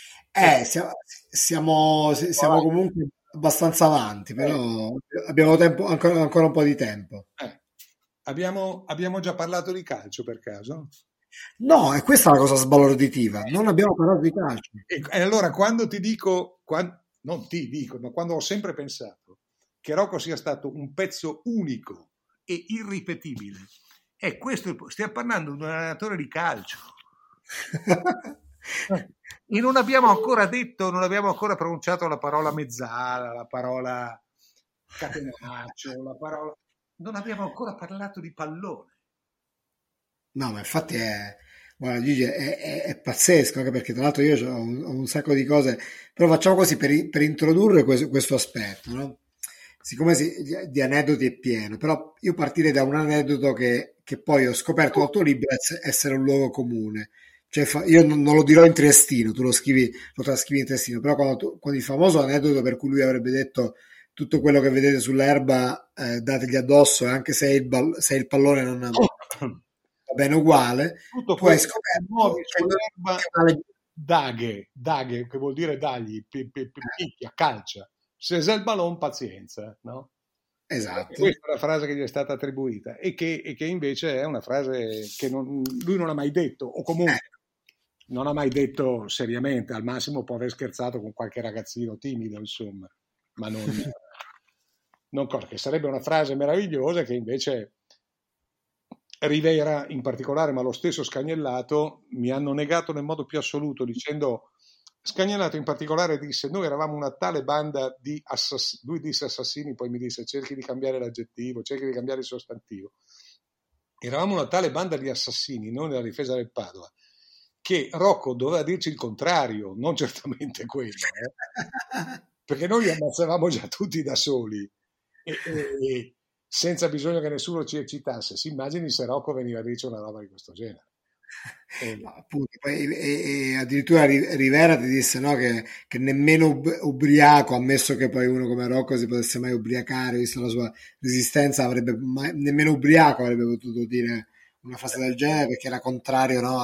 Siamo comunque abbastanza avanti, però abbiamo tempo, ancora un po' di tempo. Abbiamo già parlato di calcio per caso? No, e questa è la cosa sbalorditiva, non abbiamo parlato di calcio. E allora quando ti dico, non ti dico, ma quando ho sempre pensato che Rocco sia stato un pezzo unico e irripetibile, stiamo parlando di un allenatore di calcio. E non abbiamo ancora pronunciato la parola mezzala, la parola catenaccio, non abbiamo ancora parlato di pallone. No, ma infatti guarda, Gigi, è pazzesco, anche perché tra l'altro io ho un sacco di cose, però facciamo così per introdurre questo aspetto, no? Siccome di aneddoti è pieno, però io partirei da un aneddoto che poi ho scoperto al tuo libro essere un luogo comune. Cioè, io non lo dirò in triestino, tu lo trascrivi in triestino, però quando il famoso aneddoto per cui lui avrebbe detto tutto quello che vedete sull'erba dategli addosso, anche se il pallone non va bene uguale, tutto tu hai scoperto muovi sull'erba daghe, che vuol dire dagli, picchia, calcia, se è il ballone pazienza, no? Esatto. Questa è la frase che gli è stata attribuita e che invece è una frase che lui non ha mai detto, o comunque non ha mai detto seriamente, al massimo può aver scherzato con qualche ragazzino timido, insomma, ma non... che sarebbe una frase meravigliosa che invece Rivera in particolare, ma lo stesso Scagnellato, mi hanno negato nel modo più assoluto, dicendo, Scagnellato in particolare disse, noi eravamo una tale banda di assassini, lui disse assassini, poi mi disse cerchi di cambiare l'aggettivo, cerchi di cambiare il sostantivo, eravamo una tale banda di assassini, noi nella difesa del Padova, che Rocco doveva dirci il contrario, non certamente quello, perché noi li ammazzavamo già tutti da soli e senza bisogno che nessuno ci eccitasse. Si immagini se Rocco veniva a dirci una roba di questo genere. No, appunto, e addirittura Rivera ti disse, no, che nemmeno ubriaco, ammesso che poi uno come Rocco si potesse mai ubriacare, visto la sua resistenza, nemmeno ubriaco avrebbe potuto dire una frase del genere, perché era contrario, no,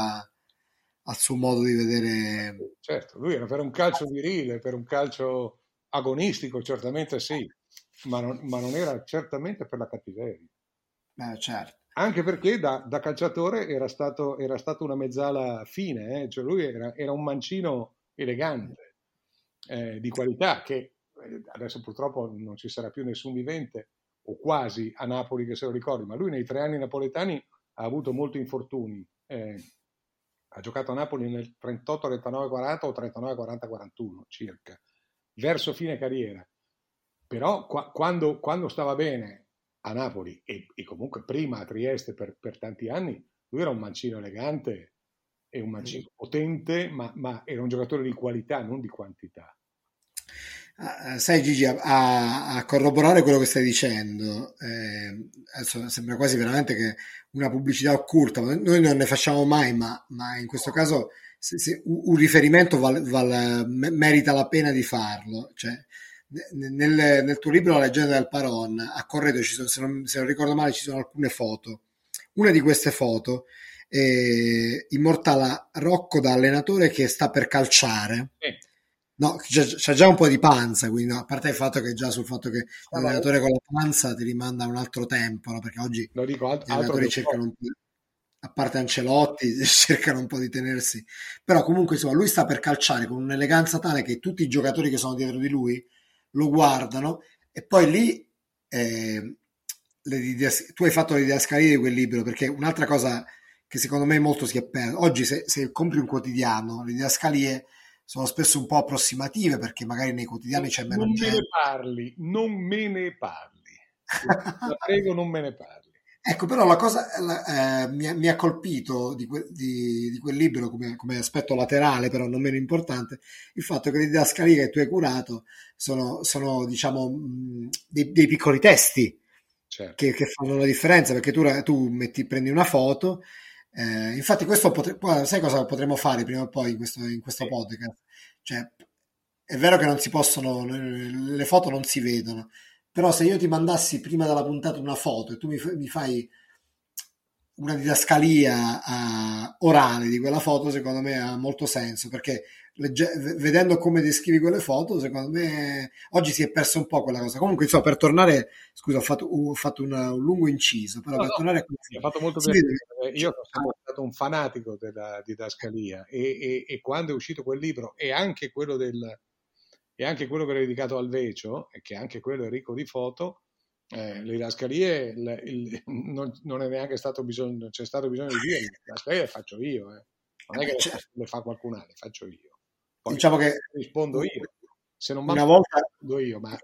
al suo modo di vedere. Certo, lui era per un calcio virile, per un calcio agonistico, certamente sì, ma non era certamente per la cattiveria. Certo. Anche perché da calciatore era stato una mezzala fine, cioè lui era un mancino elegante, di qualità, che adesso purtroppo non ci sarà più nessun vivente, o quasi, a Napoli che se lo ricordi, ma lui nei 3 anni napoletani ha avuto molti infortuni. Ha giocato a Napoli nel 38, 39, 40 o 39, 40, 41 circa, verso fine carriera. Però quando stava bene a Napoli e comunque prima a Trieste per tanti anni, lui era un mancino elegante e un mancino potente, ma era un giocatore di qualità, non di quantità. Sai Gigi, a corroborare quello che stai dicendo, adesso sembra quasi veramente che una pubblicità occulta, ma noi non ne facciamo mai, ma in questo caso se un riferimento merita la pena di farlo. Cioè, nel tuo libro La leggenda del Paron, a Corredo se non ricordo male ci sono alcune foto. Una di queste foto immortala Rocco da allenatore che sta per calciare. No, c'ha già un po' di panza, quindi no, a parte il fatto che già sul fatto che l'allenatore con la panza ti rimanda a un altro tempo, no? Perché oggi gli allenatori cercano un po', a parte Ancelotti, cercano un po' di tenersi, però comunque insomma lui sta per calciare con un'eleganza tale che tutti i giocatori che sono dietro di lui lo guardano e poi lì tu hai fatto le didascalie di quel libro, perché un'altra cosa che secondo me molto si è persa oggi, se compri un quotidiano, le didascalie sono spesso un po' approssimative, perché magari nei quotidiani c'è meno gente. Non me ne parli. La prego, non me ne parli. Ecco, però la cosa mi ha colpito di quel libro come aspetto laterale, però non meno importante, il fatto che le didascalie che tu hai curato sono diciamo, dei piccoli testi, certo, che fanno la differenza, perché tu prendi una foto. Infatti questo sai cosa potremmo fare prima o poi in questo podcast? Cioè, è vero che non si possono, le foto non si vedono, però se io ti mandassi prima della puntata una foto e tu mi fai una didascalia orale di quella foto, secondo me ha molto senso, perché vedendo come descrivi quelle foto, secondo me oggi si è perso un po' quella cosa. Comunque, insomma, per tornare, scusa, ho fatto un lungo inciso, però per tornare a mi ha fatto molto piacere. Io sono stato un fanatico della didascalia e quando è uscito quel libro e anche quello che era dedicato al Vecio, e che anche quello è ricco di foto, le didascalie non è neanche stato bisogno, non c'è stato bisogno di dire, le didascalie le faccio io, non è che le fa qualcun altro, le faccio io. Poi diciamo che rispondo io, se non una volta rispondo io, ma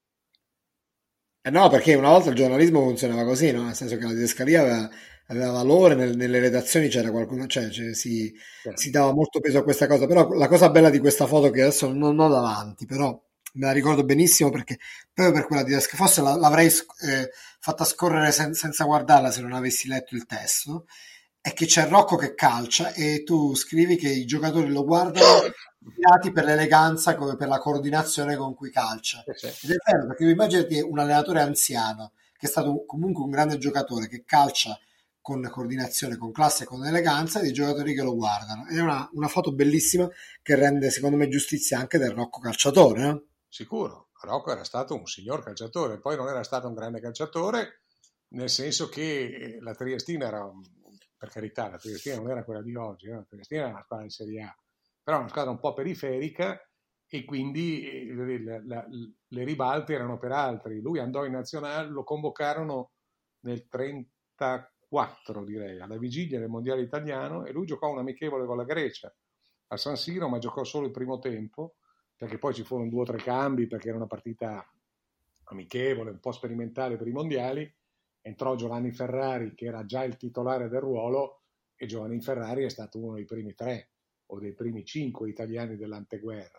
no, perché una volta il giornalismo funzionava così, no? Nel senso che la didascalia aveva valore, nelle redazioni c'era qualcuno, cioè si dava molto peso a questa cosa, però la cosa bella di questa foto che adesso non ho davanti, però me la ricordo benissimo, perché proprio per quella didascalia, forse l'avrei fatta scorrere senza guardarla se non avessi letto il testo, è che c'è Rocco che calcia e tu scrivi che i giocatori lo guardano per l'eleganza, come per la coordinazione con cui calcia. Ed è vero, perché tu immaginati un allenatore anziano che è stato comunque un grande giocatore, che calcia con coordinazione, con classe, con eleganza, e dei giocatori che lo guardano. È una foto bellissima che rende secondo me giustizia anche del Rocco calciatore, no? Sicuro, Rocco era stato un signor calciatore, poi non era stato un grande calciatore, nel senso che la Triestina era, per carità, la Triestina non era quella di oggi, la Triestina era una squadra di Serie A, però una squadra un po' periferica e quindi le ribalte erano per altri. Lui andò in nazionale, lo convocarono nel 34, direi, alla vigilia del mondiale italiano, e lui giocò un amichevole con la Grecia a San Siro, ma giocò solo il primo tempo, perché poi ci furono 2 o 3 cambi, perché era una partita amichevole, un po' sperimentale per i mondiali. Entrò Giovanni Ferrari, che era già il titolare del ruolo, e Giovanni Ferrari è stato uno dei primi 3 o dei primi 5 italiani dell'anteguerra.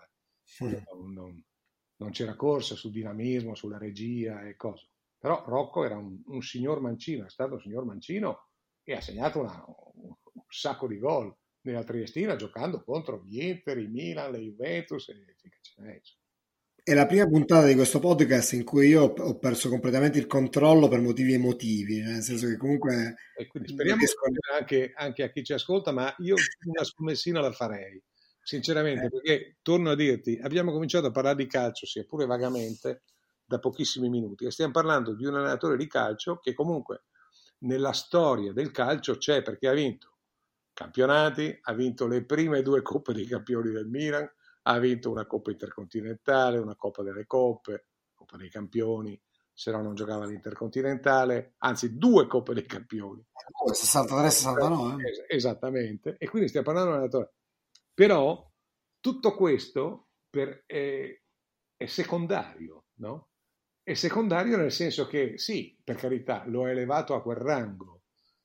Non c'era corsa sul dinamismo, sulla regia e cose. Però Rocco era un signor mancino, è stato un signor mancino, e ha segnato un sacco di gol nella Triestina, giocando contro gli Inter, i Milan, le Juventus, e È la prima puntata di questo podcast in cui io ho perso completamente il controllo per motivi emotivi, nel senso che comunque e quindi speriamo anche a chi ci ascolta, ma io una scommessina la farei, sinceramente, perché torno a dirti, abbiamo cominciato a parlare di calcio, sia pure vagamente, da pochissimi minuti, e stiamo parlando di un allenatore di calcio che comunque nella storia del calcio c'è, perché ha vinto campionati, ha vinto le prime 2 Coppe dei Campioni del Milan, ha vinto una Coppa Intercontinentale, una Coppa delle Coppe, Coppa dei Campioni, se no non giocava l'Intercontinentale, anzi 2 Coppe dei Campioni. 63-69. Esattamente, e quindi stiamo parlando di un allenatore. Però tutto questo è secondario, no? È secondario nel senso che, sì, per carità, lo ha elevato a quel rango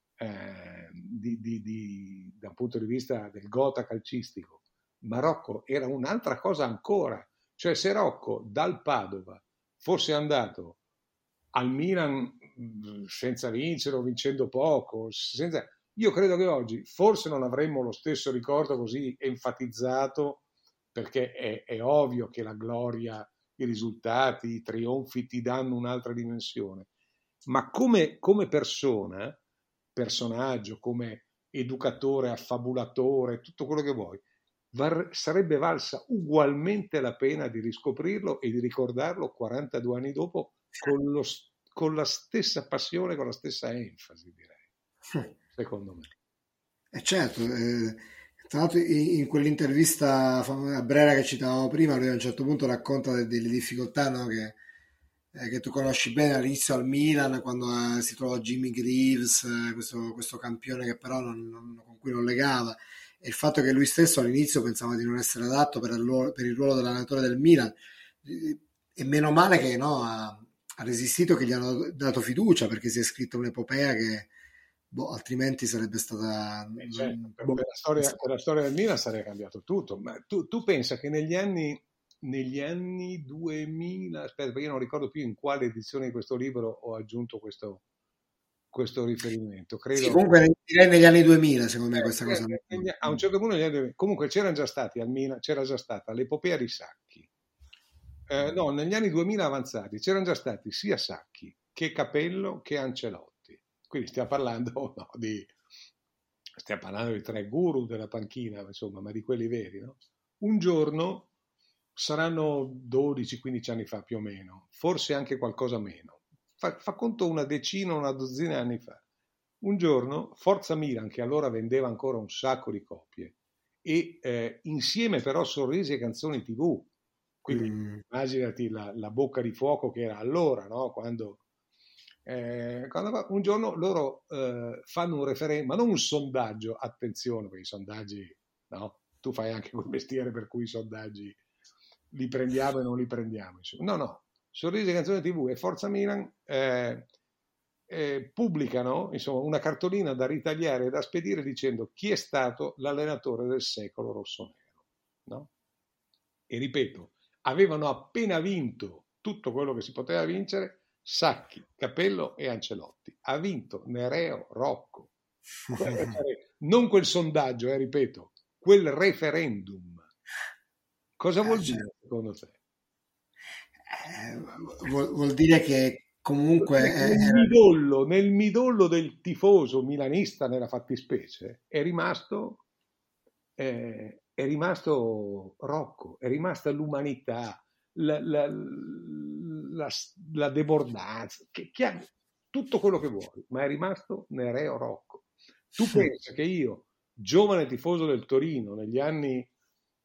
da un punto di vista del gota calcistico, ma Rocco era un'altra cosa ancora. Cioè, se Rocco dal Padova fosse andato al Milan senza vincere o vincendo poco, io credo che oggi forse non avremmo lo stesso ricordo così enfatizzato, perché è ovvio che la gloria, i risultati, i trionfi ti danno un'altra dimensione, ma come personaggio, come educatore, affabulatore, tutto quello che vuoi, sarebbe valsa ugualmente la pena di riscoprirlo e di ricordarlo 42 anni dopo con la stessa passione, con la stessa enfasi, direi, secondo me. Certo, tra l'altro in quell'intervista a Brera che citavamo prima, lui a un certo punto racconta delle difficoltà, no, che tu conosci bene all'inizio al Milan, quando si trovò Jimmy Greaves, questo campione che però con cui non legava, e il fatto che lui stesso all'inizio pensava di non essere adatto per il ruolo dell'allenatore del Milan, e meno male che no, ha resistito, che gli hanno dato fiducia, perché si è scritta un'epopea che altrimenti sarebbe stata certo, per la storia del Milan sarebbe cambiato tutto. Ma tu pensa che negli anni 2000, aspetta, io non ricordo più in quale edizione di questo libro ho aggiunto questo riferimento, credo. Sì, comunque direi negli anni 2000, secondo me, questa cosa. A un certo punto negli anni 2000, comunque c'erano già stati al Milan, c'era già stata l'epopea di Sacchi. No, negli anni 2000 avanzati c'erano già stati sia Sacchi che Capello che Ancelotti. Quindi stiamo parlando di 3 guru della panchina, insomma, ma di quelli veri, no? Un giorno, saranno 12-15 anni fa più o meno, forse anche qualcosa meno, fa conto una decina, una dozzina di anni fa. Un giorno Forza Milan, che allora vendeva ancora un sacco di copie, e insieme però Sorrisi e Canzoni TV, quindi immaginati la bocca di fuoco che era allora, no? Quando un giorno loro fanno un referendum, ma non un sondaggio, attenzione, perché i sondaggi, no? Tu fai anche quel mestiere per cui i sondaggi li prendiamo e non li prendiamo, insomma. No, Sorrisi e Canzoni TV e Forza Milan pubblicano, insomma, una cartolina da ritagliare e da spedire dicendo chi è stato l'allenatore del secolo rossonero, no? E ripeto, avevano appena vinto tutto quello che si poteva vincere, Sacchi, Capello e Ancelotti. Ha vinto Nereo Rocco. Non quel sondaggio, ripeto, quel referendum. Cosa vuol dire secondo te? Vuol dire che comunque nel midollo del tifoso milanista, nella fattispecie, è rimasto Rocco, è rimasta l'umanità, la debordanza, tutto quello che vuoi, ma è rimasto Nereo Rocco. Tu pensi che io, giovane tifoso del Torino, negli anni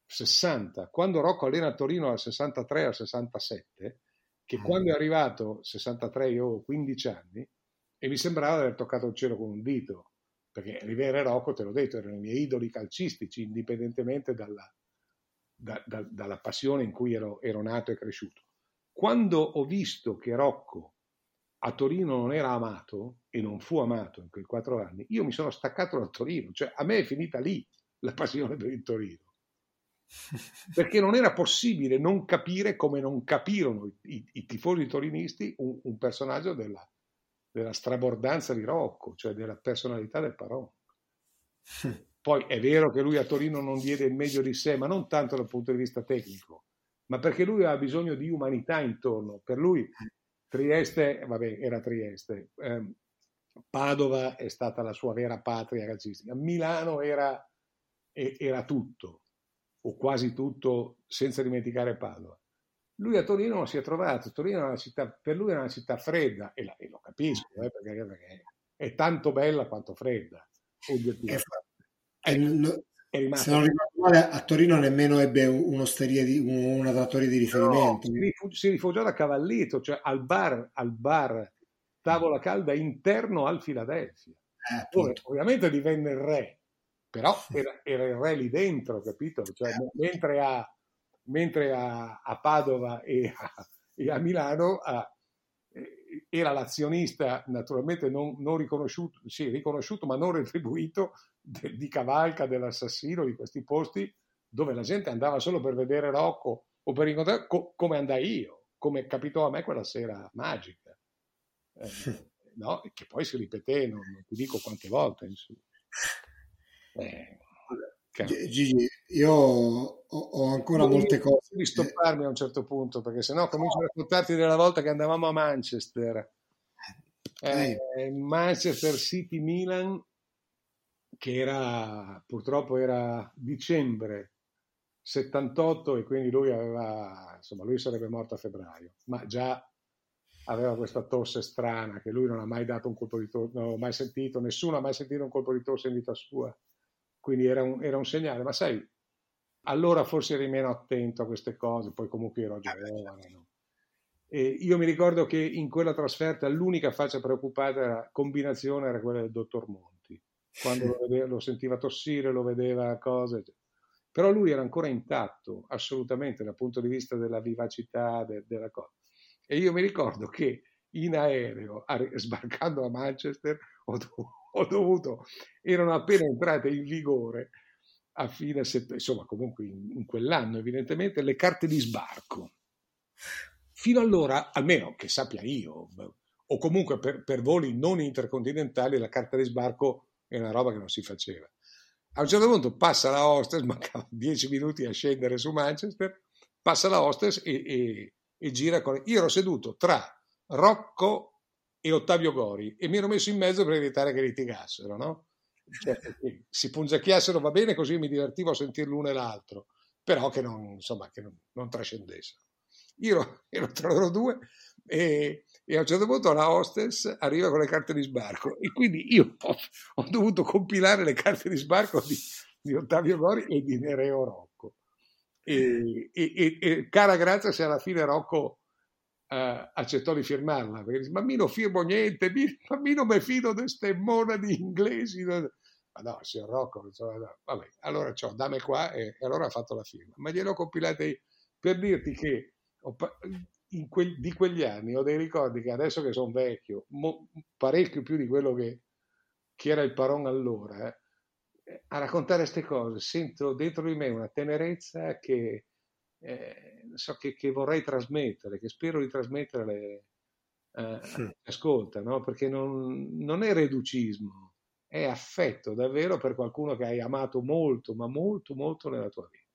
60, quando Rocco allena a Torino dal 63 al 67, che quando è arrivato 63 io avevo 15 anni e mi sembrava di aver toccato il cielo con un dito, perché Rivera e Rocco, te l'ho detto, erano i miei idoli calcistici, indipendentemente dalla passione in cui ero nato e cresciuto. Quando ho visto che Rocco a Torino non era amato e non fu amato in quei 4 anni, io mi sono staccato dal Torino, cioè a me è finita lì la passione per il Torino, perché non era possibile non capire come non capirono i tifosi torinisti un personaggio della strabordanza di Rocco, cioè della personalità del Paròn. Poi è vero che lui a Torino non diede il meglio di sé, ma non tanto dal punto di vista tecnico, ma perché lui aveva bisogno di umanità intorno. Per lui Trieste, vabbè, era Trieste, Padova è stata la sua vera patria calcistica, Milano era tutto, o quasi tutto, senza dimenticare Padova. Lui a Torino non si è trovato, Torino è una città, per lui era una città fredda, e lo capisco, perché è tanto bella quanto fredda, oggettivamente. Se non ricordo male, a Torino nemmeno ebbe una trattoria di riferimento. No, si rifugiò da Cavallito, cioè al bar tavola calda interno al Philadelphia, dove ovviamente divenne il re, però era il re lì dentro, capito? Cioè, mentre a Padova e a Milano era l'azionista naturalmente non riconosciuto, sì, riconosciuto ma non retribuito di Cavalca, dell'Assassino, di questi posti dove la gente andava solo per vedere Rocco o per incontrare, come andai io, come capitò a me quella sera magica, no? Che poi si ripeté, non ti dico quante volte, insomma. Gigi, io ho ancora molte cose. Devi stopparmi a un certo punto, perché sennò comincio a raccontarti della volta che andavamo a Manchester. Manchester City Milan, che purtroppo era dicembre 78 e quindi lui sarebbe morto a febbraio, ma già aveva questa tosse strana che lui non ha mai dato un colpo di tosse, non l'ho mai sentito, nessuno ha mai sentito un colpo di tosse in vita sua, quindi era un segnale, ma sai, allora forse eri meno attento a queste cose, poi comunque ero giovane, no? E io mi ricordo che in quella trasferta l'unica faccia preoccupata era quella del dottor Monti, quando lo sentiva tossire, lo vedeva cose, però lui era ancora intatto assolutamente dal punto di vista della vivacità della cosa. E io mi ricordo che in aereo, sbarcando a Manchester, erano appena entrate in vigore a fine settembre, insomma comunque in quell'anno evidentemente, le carte di sbarco. Fino allora, almeno che sappia io, o comunque per voli non intercontinentali, la carta di sbarco è una roba che non si faceva. A un certo punto passa la hostess, mancava 10 minuti a scendere su Manchester, passa la hostess e gira con... Io ero seduto tra Rocco e Ottavio Gori e mi ero messo in mezzo per evitare che litigassero, no? Cioè, si punzecchiassero, va bene, così mi divertivo a sentir l'uno e l'altro, però che non trascendessero. Io ero tra loro due e a un certo punto la hostess arriva con le carte di sbarco e quindi io ho dovuto compilare le carte di sbarco di Ottavio Gori e di Nereo Rocco e cara grazia se alla fine Rocco accettò di firmarla, perché dice, ma mi non firmo niente, ma mi non mi fido di ste monadi inglesi. Ma no, signor Rocco, no. Vabbè, allora dammi qua e allora ha fatto la firma, ma gliel'ho compilate per dirti che di quegli anni ho dei ricordi che adesso che sono vecchio, parecchio più di quello che era il Paròn allora, a raccontare queste cose sento dentro di me una tenerezza che che vorrei trasmettere, che spero di trasmettere a chi ascolta, no? Perché non è reducismo, è affetto davvero per qualcuno che hai amato molto, ma molto, molto nella tua vita.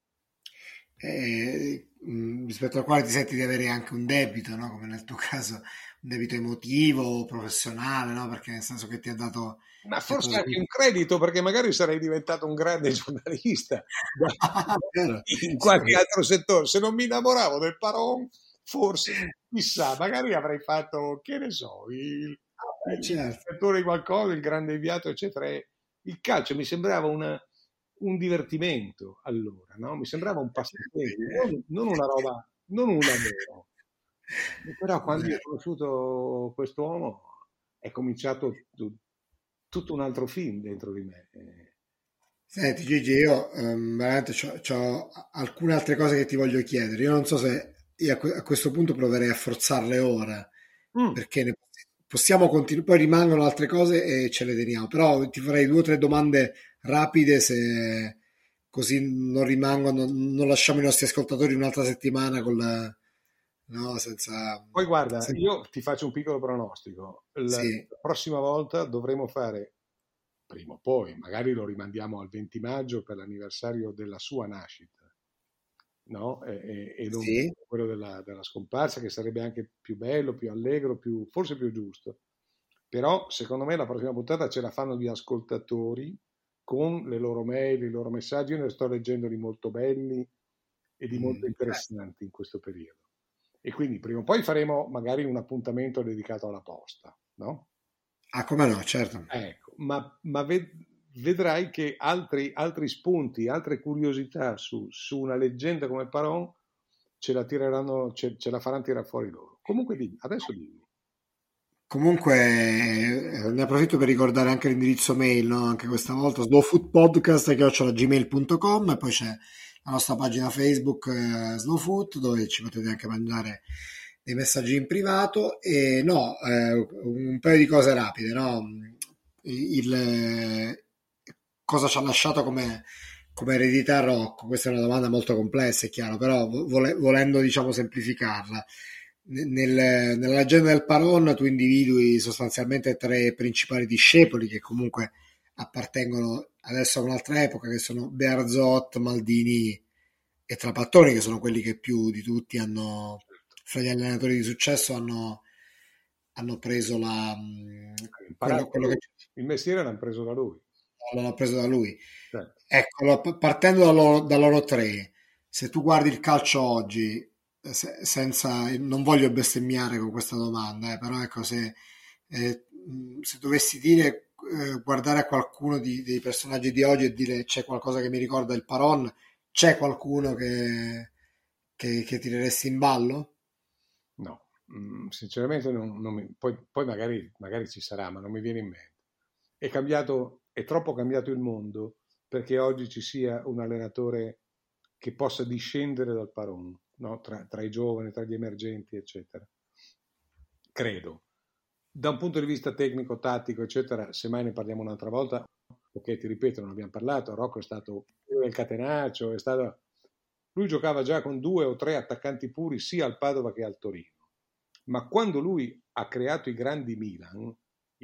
Rispetto al quale ti senti di avere anche un debito, no? Come nel tuo caso, un debito emotivo, professionale, no? Perché nel senso che ti ha dato... Ma forse anche un credito, perché magari sarei diventato un grande giornalista in qualche altro settore. Se non mi innamoravo del Paròn, forse, chissà, magari avrei fatto, che ne so, il settore di qualcosa, il grande inviato, eccetera. Il calcio mi sembrava un divertimento allora, no? Mi sembrava un passatempo, non una roba, non un lavoro. Però quando io ho conosciuto quest'uomo è cominciato tutto un altro film dentro di me. Senti Gigi, io veramente ho alcune altre cose che ti voglio chiedere. Io non so se io a questo punto proverei a forzarle ora, Mm. perché possiamo continuare, poi rimangono altre cose e ce le teniamo, però ti farei 2 o 3 domande rapide, se così non rimangono, non lasciamo i nostri ascoltatori un'altra settimana con la, no, senza, Poi guarda, senza- io ti faccio un piccolo pronostico. La sì, prossima volta dovremo fare, prima o poi, magari lo rimandiamo al 20 maggio per l'anniversario della sua nascita, no? E non sì. quello della scomparsa, che sarebbe anche più bello, più allegro, forse più giusto. Però secondo me la prossima puntata ce la fanno gli ascoltatori con le loro mail, i loro messaggi. Io ne sto leggendo di molto belli e di molto interessanti in questo periodo. E quindi prima o poi faremo magari un appuntamento dedicato alla posta, no? Ah, come no, certo. Ecco, ma vedrai che altri spunti, altre curiosità su una leggenda come Paron ce la tireranno, ce la faranno tirare fuori loro. Comunque adesso dimmi. Comunque, ne approfitto per ricordare anche l'indirizzo mail, no? Anche questa volta, slowfoodpodcast@gmail.com, e poi c'è la nostra pagina Facebook, Slowfood, dove ci potete anche mandare dei messaggi in privato. E no, un paio di cose rapide, no? Cosa ci ha lasciato come eredità Rocco? Questa è una domanda molto complessa, è chiaro, però volendo, diciamo, semplificarla. Nella leggenda del Paron tu individui sostanzialmente 3 principali discepoli che comunque appartengono adesso a un'altra epoca, che sono Bearzot, Maldini e Trapattoni, che sono quelli che più di tutti hanno, fra gli allenatori di successo, hanno preso Hai quello, imparato quello che lui. Il mestiere l'hanno preso da lui. l'hanno preso da lui. Certo. Ecco, partendo da loro 3, se tu guardi il calcio oggi, senza, non voglio bestemmiare con questa domanda, però ecco, se dovessi dire, guardare a qualcuno dei personaggi di oggi e dire c'è qualcosa che mi ricorda il Paron, c'è qualcuno che tireresti in ballo? No, sinceramente poi magari ci sarà, ma non mi viene in mente. È troppo cambiato il mondo perché oggi ci sia un allenatore che possa discendere dal Paron, no? Tra i giovani, tra gli emergenti, eccetera. Credo. Da un punto di vista tecnico, tattico, eccetera, semmai ne parliamo un'altra volta, perché ti ripeto, non abbiamo parlato, Rocco è stato del catenaccio, lui giocava già con 2 o 3 attaccanti puri sia al Padova che al Torino, ma quando lui ha creato i grandi Milan,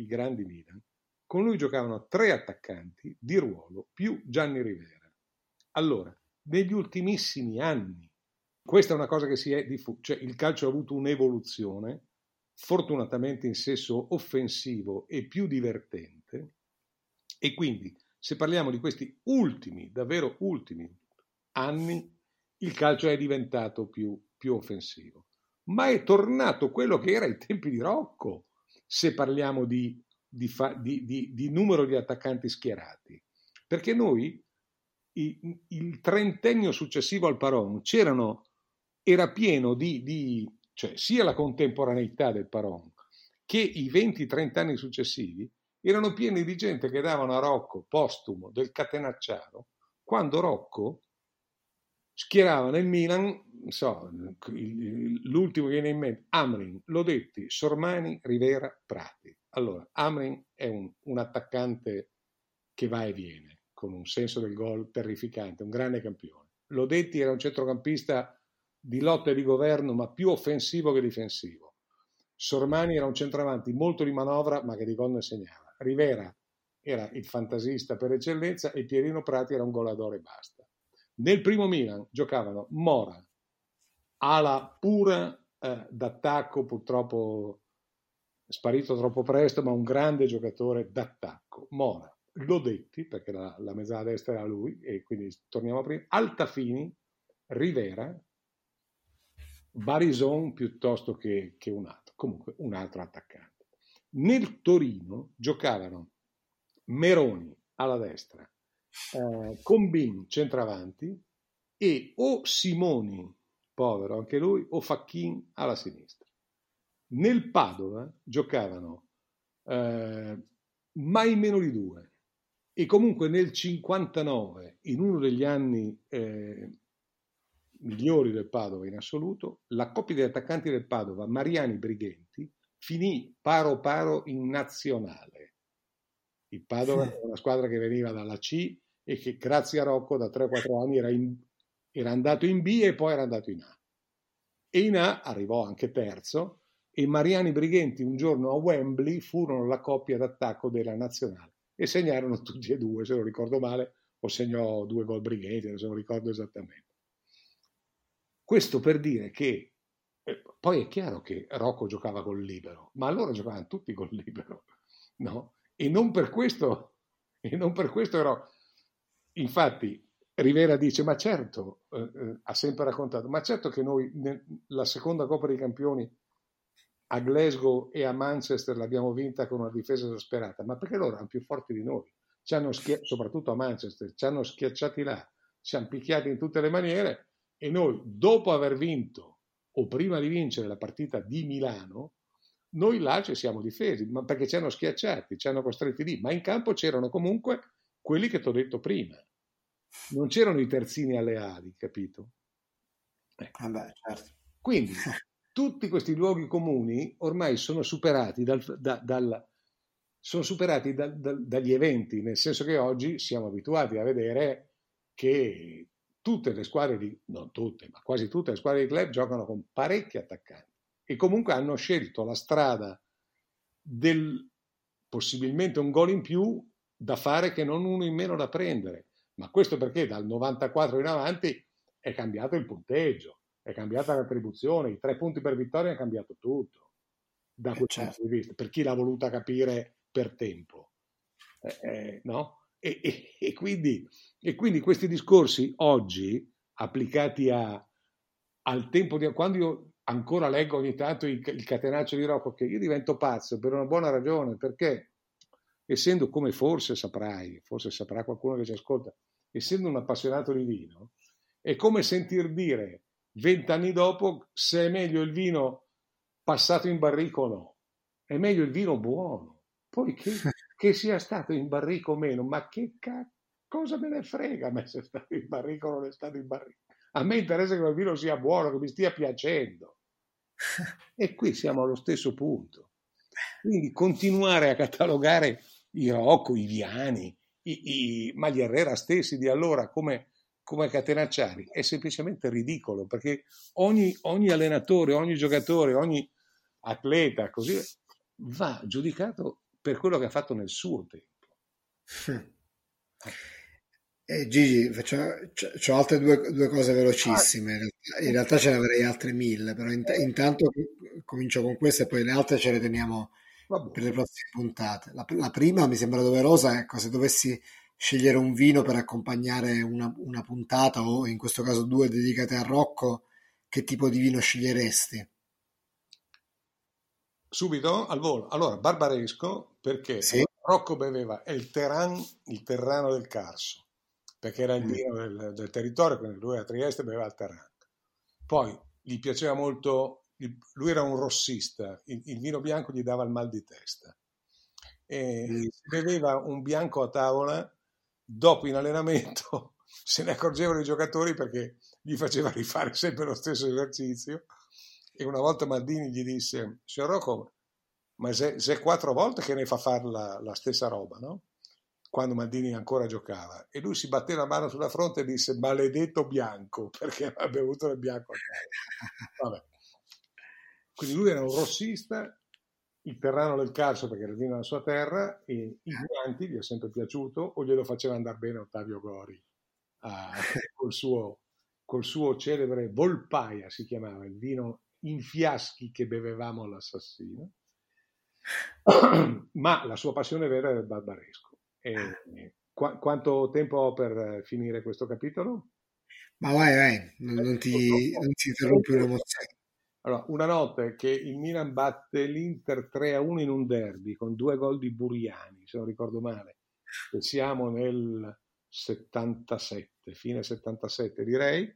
con lui giocavano 3 attaccanti di ruolo più Gianni Rivera. Allora, negli ultimissimi anni, questa è una cosa che si è diffusa, cioè il calcio ha avuto un'evoluzione, fortunatamente in senso offensivo e più divertente, e quindi se parliamo di questi ultimi, davvero ultimi anni, il calcio è diventato più offensivo. Ma è tornato quello che era ai tempi di Rocco, se parliamo di numero di attaccanti schierati. Perché noi, il trentennio successivo al Paron, era pieno cioè sia la contemporaneità del Paron che i 20-30 anni successivi erano pieni di gente che davano a Rocco postumo del catenacciaro, quando Rocco schierava nel Milan, non so, l'ultimo che viene in mente, Amrin, Lodetti, Sormani, Rivera, Prati. Allora, Amrin è un attaccante che va e viene, con un senso del gol terrificante, un grande campione. Lodetti era un centrocampista di lotta e di governo, ma più offensivo che difensivo. Sormani era un centravanti molto di manovra, ma che di gol ne segnava. Rivera era il fantasista per eccellenza e Pierino Prati era un goleador e basta. Nel primo Milan giocavano Mora, ala pura d'attacco, purtroppo sparito troppo presto, ma un grande giocatore d'attacco. Mora, Lodetti, perché la mezzala destra era lui, e quindi torniamo a prima, Altafini, Rivera, Barison piuttosto che un altro, comunque un altro attaccante. Nel Torino giocavano Meroni alla destra, Combin centravanti e o Simoni, povero anche lui, o Facchin alla sinistra. Nel Padova giocavano mai meno di due, e comunque nel 59, in uno degli anni migliori del Padova in assoluto, la coppia di attaccanti del Padova, Mariani-Brighenti, finì paro paro in nazionale. Il Padova era una squadra che veniva dalla C e che grazie a Rocco da 3-4 anni era andato in B e poi era andato in A. E in A arrivò anche terzo, e Mariani-Brighenti un giorno a Wembley furono la coppia d'attacco della nazionale e segnarono tutti e due, se non ricordo male, o segnò 2 gol Brighenti, non ricordo esattamente. Questo per dire che poi è chiaro che Rocco giocava col libero, ma allora giocavano tutti col libero, no? E non per questo ero. Infatti Rivera dice, ma certo, ha sempre raccontato, ma certo che noi la seconda Coppa dei Campioni a Glasgow e a Manchester l'abbiamo vinta con una difesa esasperata, ma perché loro erano più forti di noi, soprattutto a Manchester, ci hanno schiacciati là, ci hanno picchiati in tutte le maniere, e noi, dopo aver vinto o prima di vincere la partita di Milano, noi là ci siamo difesi, ma perché ci hanno schiacciati, ci hanno costretti lì, ma in campo c'erano comunque quelli che ti ho detto prima, non c'erano i terzini alle ali, capito? Vabbè, certo. Quindi tutti questi luoghi comuni ormai sono superati dagli eventi, nel senso che oggi siamo abituati a vedere che tutte le squadre non tutte, ma quasi tutte le squadre di club giocano con parecchi attaccanti e comunque hanno scelto la strada del possibilmente un gol in più da fare che non uno in meno da prendere. Ma questo perché dal 94 in avanti è cambiato il punteggio, è cambiata l'attribuzione, i 3 punti per vittoria è cambiato tutto da questo punto di vista, per chi l'ha voluta capire per tempo, no? E quindi questi discorsi oggi applicati al tempo di quando io ancora leggo ogni tanto il catenaccio di Rocco, che io divento pazzo per una buona ragione, perché essendo, come forse saprà qualcuno che ci ascolta, essendo un appassionato di vino, è come sentir dire 20 anni dopo se è meglio il vino passato in barrica o no. È meglio il vino buono. Poi che sia stato in barrica o meno, ma cosa me ne frega a me se è stato in barrica o non è stato in barrica. A me interessa che il vino sia buono, che mi stia piacendo. E qui siamo allo stesso punto. Quindi continuare a catalogare i Rocco, i Viani, ma gli Herrera stessi di allora come catenacciari è semplicemente ridicolo, perché ogni allenatore, ogni giocatore, ogni atleta così va giudicato per quello che ha fatto nel suo tempo. Gigi, c'ho altre due cose velocissime. In realtà ce ne avrei altre 1000, però intanto comincio con queste e poi le altre ce le teniamo per le prossime puntate. La prima mi sembra doverosa, ecco, se dovessi scegliere un vino per accompagnare una puntata, o in questo caso 2 dedicate a Rocco, che tipo di vino sceglieresti? Subito al volo. Allora, Barbaresco, perché Sì? Rocco beveva il Terrano del Carso, perché era il vino del territorio, quindi lui a Trieste beveva il Terrano. Poi gli piaceva molto, lui era un rossista, il vino bianco gli dava il mal di testa. E beveva un bianco a tavola, dopo in allenamento se ne accorgevano i giocatori perché gli faceva rifare sempre lo stesso esercizio. E una volta Maldini gli disse: signor Rocco, ma se 4 volte che ne fa fare la stessa roba, no? Quando Maldini ancora giocava, e lui si batté la mano sulla fronte e disse: maledetto bianco, perché aveva bevuto il bianco a tavola. Vabbè. Quindi lui era un rossista, il Terrano del Carso perché era il vino della sua terra, e i Chianti gli è sempre piaciuto, o glielo faceva andare bene Ottavio Gori col suo celebre Volpaia, si chiamava il vino in fiaschi che bevevamo all'Assassino. Ma la sua passione vera era il Barbaresco. Quanto tempo ho per finire questo capitolo? Ma vai, non ti interrompi una mozione. Allora, una notte che il Milan batte l'Inter 3-1 in un derby con 2 gol di Buriani, se non ricordo male, e siamo nel 77, fine 77 direi.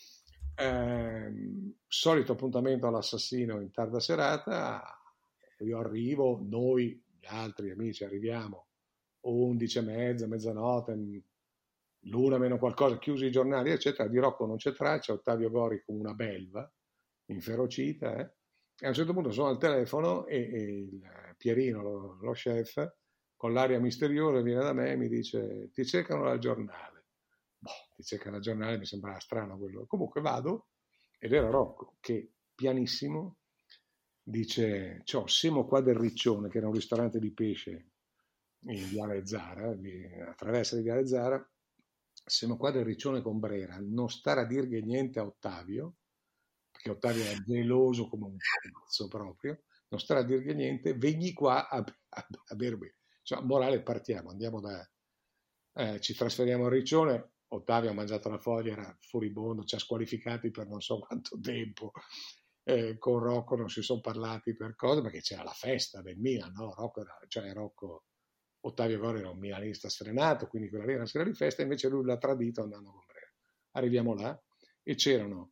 Solito appuntamento all'Assassino in tarda serata, io arrivo, noi, gli altri amici arriviamo 11:30, mezzanotte, l'una meno qualcosa, chiusi i giornali eccetera, di Rocco non c'è traccia, Ottavio Gori come una belva, inferocita, e a un certo punto sono al telefono e il Pierino, lo chef, con l'aria misteriosa viene da me e mi dice: ti cercano dal giornale. Ti cercano dal giornale, mi sembrava strano quello. Comunque vado ed era Rocco che pianissimo dice: ciò, siamo qua del Riccione, che era un ristorante di pesce in Viale Zara, a traversa di Viale Zara. Siamo qua del Riccione con Brera, non stare a dirghe niente a Ottavio, perché Ottavio era geloso come un pazzo proprio, non stare a dirghe niente, vegni qua a bermi. Cioè, morale, partiamo, andiamo ci trasferiamo a Riccione. Ottavio ha mangiato la foglia, era furibondo, ci ha squalificati per non so quanto tempo, con Rocco non si sono parlati per cose, perché c'era la festa del Milan, no? Ottavio Gori era un milanista sfrenato, quindi quella lì era una sera di festa, invece lui l'ha tradito andando con Brera. Arriviamo là e c'erano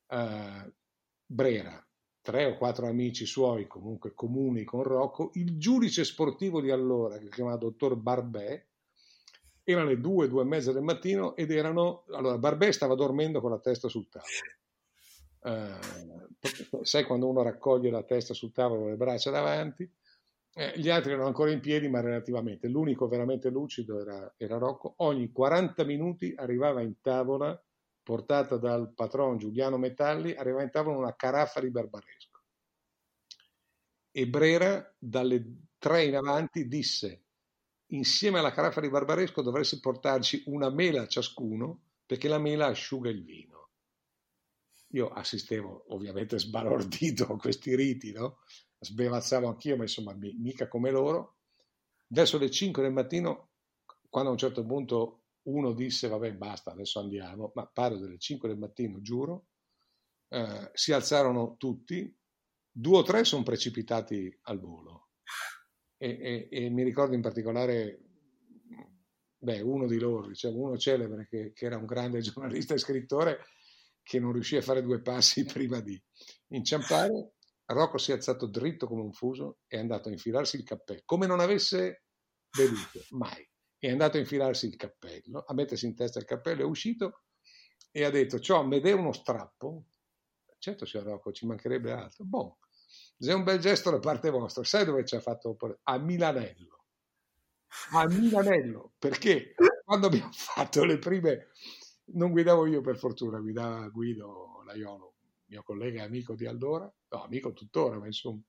Brera, 3 o 4 amici suoi comunque comuni con Rocco, il giudice sportivo di allora che si chiamava dottor Barbè. Erano le 2:30 del mattino ed allora Barbè stava dormendo con la testa sul tavolo, sai quando uno raccoglie la testa sul tavolo, le braccia davanti. Gli altri erano ancora in piedi, ma relativamente. L'unico veramente lucido era Rocco. Ogni 40 minuti arrivava in tavola, portata dal patron Giuliano Metalli, arrivava in tavola una caraffa di Barbaresco. E Brera, dalle 3 in avanti, disse: insieme alla caraffa di Barbaresco dovresti portarci una mela ciascuno, perché la mela asciuga il vino. Io assistevo ovviamente sbalordito a questi riti, no? Sbevazzavo anch'io, ma insomma mica come loro. Verso le 5 del mattino, quando a un certo punto uno disse vabbè basta, adesso andiamo, ma parlo delle 5 del mattino, giuro, si alzarono tutti, 2 o 3 sono precipitati al volo e mi ricordo in particolare uno di loro, diciamo, uno celebre che era un grande giornalista e scrittore, che non riuscì a fare 2 passi prima di inciampare. Rocco si è alzato dritto come un fuso e è andato a infilarsi il cappello, come non avesse bevuto, mai. È andato a infilarsi il cappello, a mettersi in testa il cappello, è uscito e ha detto: ciò, me dè uno strappo? Certo, signor Rocco, ci mancherebbe altro. Boh, è un bel gesto da parte vostra. Sai dove ci ha fatto? A Milanello. A Milanello, perché quando abbiamo fatto le prime... Non guidavo io, per fortuna, guidava Guido Laiolo, mio collega e amico di allora, no, amico tuttora, ma insomma,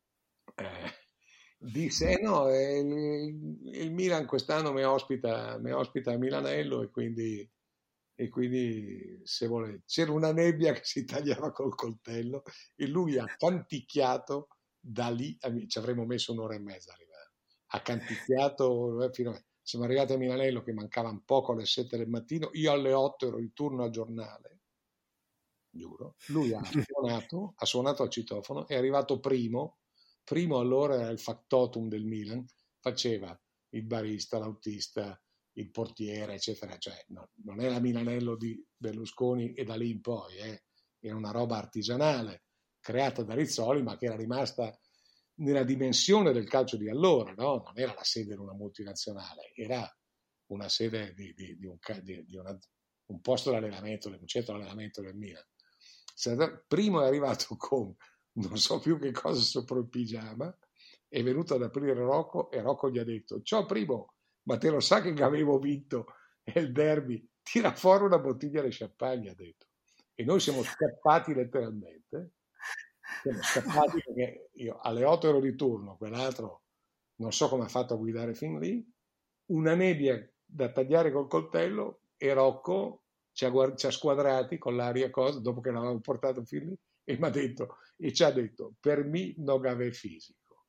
disse no, il Milan quest'anno mi ospita a Milanello e quindi se vuole, c'era una nebbia che si tagliava col coltello e lui ha canticchiato da lì, ci avremmo messo 1 ora e mezza a arrivare, ha canticchiato fino a... Siamo arrivati a Milanello che mancavano poco alle 7 del mattino, io alle 8 ero in turno al giornale, giuro. Lui ha suonato al citofono, è arrivato primo allora era il factotum del Milan, faceva il barista, l'autista, il portiere, eccetera, cioè non era Milanello di Berlusconi e da lì in poi, era una roba artigianale, creata da Rizzoli, ma che era rimasta nella dimensione del calcio di allora, no? Non era la sede di una multinazionale, era una sede di un posto d'allenamento, un centro di allenamento del Milan. Primo è arrivato con non so più che cosa sopra il pigiama, è venuto ad aprire Rocco e Rocco gli ha detto: ciao Primo, ma te lo sa che avevo vinto il derby? Tira fuori una bottiglia di champagne, ha detto. E noi siamo scappati letteralmente. Siamo scappati perché io alle 8 ero di turno, quell'altro non so come ha fatto a guidare fin lì, una nebbia da tagliare col coltello e Rocco ci ha squadrati con l'aria cosa dopo che l'avevamo portato fin lì e ci ha detto per me non ave fisico.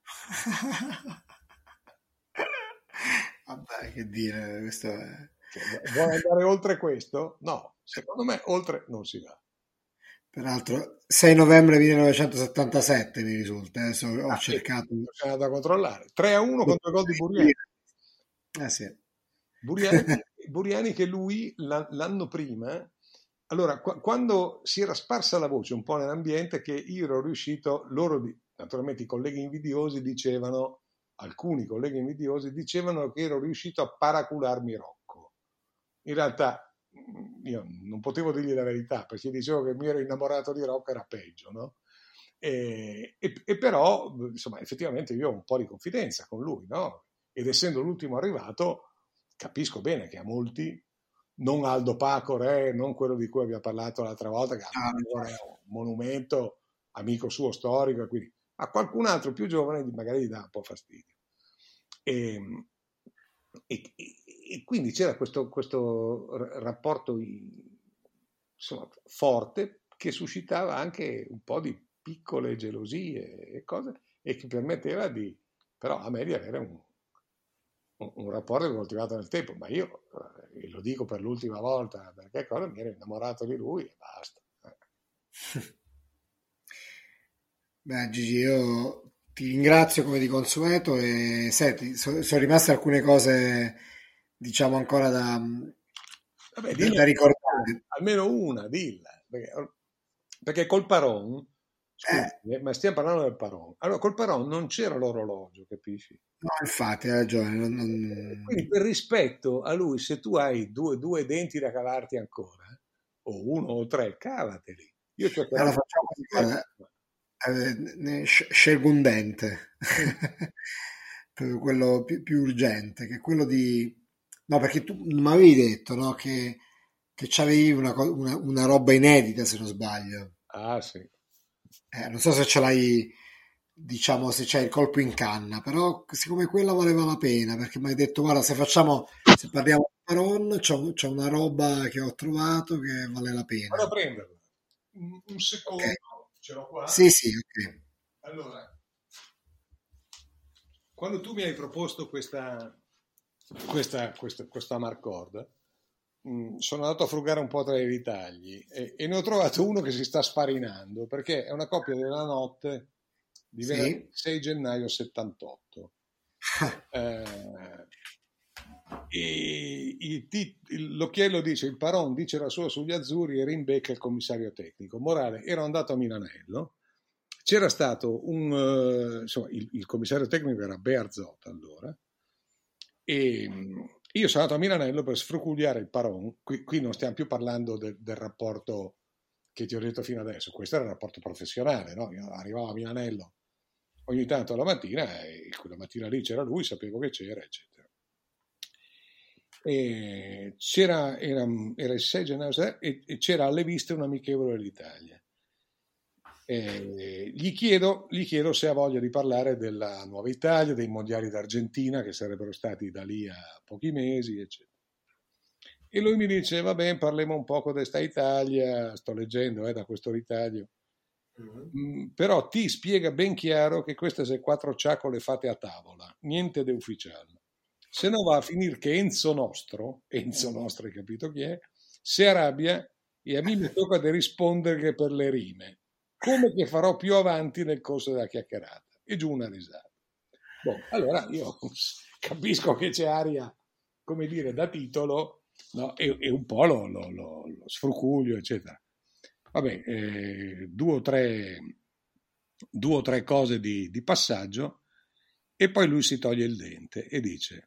Vabbè, che dire, questo è... Vuoi andare oltre questo? No, secondo me oltre non si va. Peraltro 6 novembre 1977 mi risulta, adesso ho cercato. C'è da controllare. 3-1 contro il gol di Buriani. Sì. Buriani Buriani che lui l'anno prima, allora quando si era sparsa la voce un po' nell'ambiente che io ero riuscito, naturalmente i colleghi invidiosi dicevano, alcuni colleghi invidiosi dicevano che ero riuscito a paracularmi Rocco. In realtà io non potevo dirgli la verità, perché dicevo che mi ero innamorato di Rocco, era peggio, no? E però, insomma, effettivamente io ho un po' di confidenza con lui, no? Ed essendo l'ultimo arrivato, capisco bene che a molti, non Aldo Pacor, non quello di cui abbiamo parlato l'altra volta, che è un monumento, amico suo storico, quindi a qualcun altro più giovane magari gli dà un po' fastidio. E quindi c'era questo rapporto, insomma, forte, che suscitava anche un po' di piccole gelosie e cose, e che permetteva però a me di avere un rapporto coltivato nel tempo. Ma io, lo dico per l'ultima volta, perché mi ero innamorato di lui e basta. Beh, Gigi, io ti ringrazio come di consueto e senti, sono rimaste alcune cose, diciamo, ancora da ricordare. Almeno una, dilla. Perché col Paron, scusi, ma stiamo parlando del Paron. Allora, col Paron non c'era l'orologio, capisci? No, infatti, hai ragione. Quindi per rispetto a lui, se tu hai due denti da cavarti ancora, o uno o tre, cavateli. Io cercherò allora facciamo ne scelgo un dente. Proprio quello più urgente, che è quello di... No, perché tu mi avevi detto, no, che c'avevi una roba inedita, se non sbaglio. Ah, sì. Non so se ce l'hai, diciamo, se c'è il colpo in canna, però siccome quella valeva la pena, perché mi hai detto, guarda, se parliamo di Paron, c'è una roba che ho trovato che vale la pena. Vado a prenderla. Un secondo, okay. Ce l'ho qua. Sì, ok. Allora, quando tu mi hai proposto questa Amarcord, sono andato a frugare un po' tra i ritagli e ne ho trovato uno che si sta sparinando, perché è una copia della notte di venerdì 6 gennaio 78. L'occhiello dice: il Paron dice la sua sugli azzurri e rimbecca il commissario tecnico. Morale, ero andato a Milanello, c'era stato insomma, il commissario tecnico era Bearzot allora, e io sono andato a Milanello per sfrucugliare il Paron. Qui non stiamo più parlando del rapporto che ti ho detto fino adesso, questo era il rapporto professionale, no? Io arrivavo a Milanello ogni tanto la mattina e quella mattina lì c'era lui, sapevo che c'era, eccetera. E era il 6 gennaio e c'era alle viste un amichevole dell'Italia. Gli chiedo se ha voglia di parlare della nuova Italia, dei mondiali d'Argentina che sarebbero stati da lì a pochi mesi, eccetera. E lui mi dice: va bene, parliamo un poco di sta Italia, sto leggendo da questo ritaglio, però ti spiega ben chiaro che queste sono 4 ciacole fatte a tavola, niente di ufficiale. Se no va a finire che Enzo nostro, hai capito chi è, si arrabbia e a me mi tocca di rispondere che per le rime, come che farò più avanti nel corso della chiacchierata. E giù una risata. Allora io capisco che c'è aria, come dire, da titolo, no? E un po' lo sfrucuglio, eccetera. Vabbè, 2 o tre cose di passaggio, e poi lui si toglie il dente e dice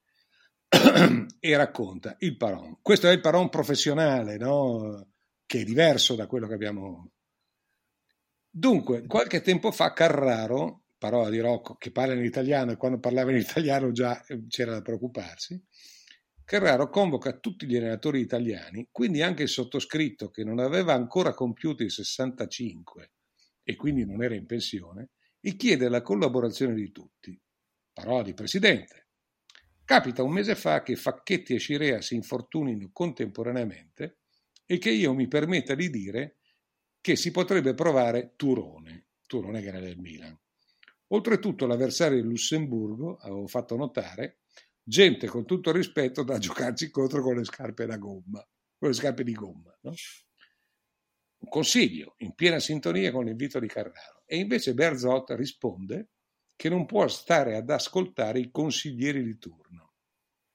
e racconta il Paron. Questo è il Paron professionale, no? Che è diverso da quello che abbiamo. Dunque, qualche tempo fa Carraro, parola di Rocco che parla in italiano, e quando parlava in italiano già c'era da preoccuparsi, Carraro convoca tutti gli allenatori italiani, quindi anche il sottoscritto che non aveva ancora compiuto i 65 e quindi non era in pensione, e chiede la collaborazione di tutti. Parola di presidente. Capita un mese fa che Facchetti e Scirea si infortunino contemporaneamente e che io mi permetta di dire che si potrebbe provare Turone che era del Milan. Oltretutto l'avversario del Lussemburgo, avevo fatto notare, gente con tutto il rispetto da giocarci contro con le scarpe da gomma, con le scarpe di gomma, no? Un consiglio in piena sintonia con l'invito di Carraro. E invece Bearzot risponde che non può stare ad ascoltare i consiglieri di turno.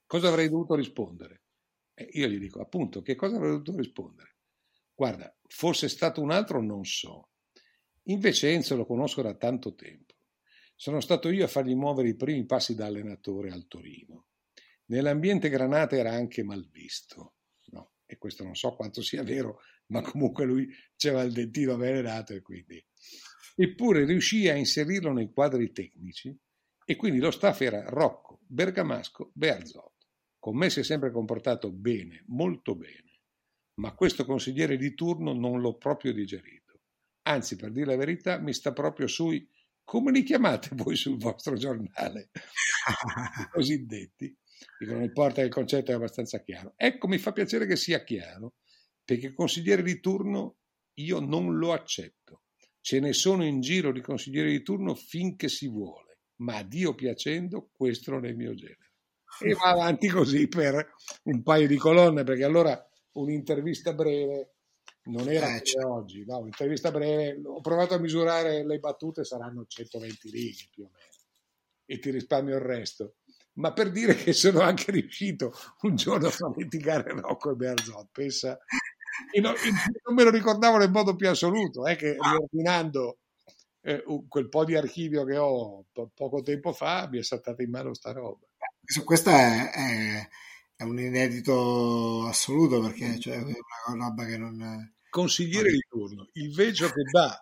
Cosa avrei dovuto rispondere? Io gli dico, appunto, che cosa avrei dovuto rispondere? Guarda, fosse stato un altro non so. Invece Enzo lo conosco da tanto tempo. Sono stato io a fargli muovere i primi passi da allenatore al Torino. Nell'ambiente Granata era anche malvisto, no? E questo non so quanto sia vero, ma comunque lui c'era il dentino avvelenato e quindi... Eppure riuscì a inserirlo nei quadri tecnici e quindi lo staff era Rocco, Bergamasco, Bearzot. Con me si è sempre comportato bene, molto bene, ma questo consigliere di turno non l'ho proprio digerito. Anzi, per dire la verità, mi sta proprio sui, come li chiamate voi sul vostro giornale, i cosiddetti. Dicono, non importa, il concetto è abbastanza chiaro. Ecco, mi fa piacere che sia chiaro, perché consigliere di turno io non lo accetto. Ce ne sono in giro di consiglieri di turno finché si vuole, ma a Dio piacendo questo non è il mio genere. E va avanti così per un paio di colonne, perché allora un'intervista breve non era come oggi, no? Un'intervista breve, ho provato a misurare le battute, saranno 120 righe più o meno, e ti risparmio il resto. Ma per dire che sono anche riuscito un giorno a far litigare Rocco e Bearzot, pensa... E non me lo ricordavo nel modo più assoluto, che riordinando quel po' di archivio che ho poco tempo fa mi è saltata in mano sta roba. Questo è un inedito assoluto, perché cioè, è una roba che non... Consigliere di turno, il veggio che dà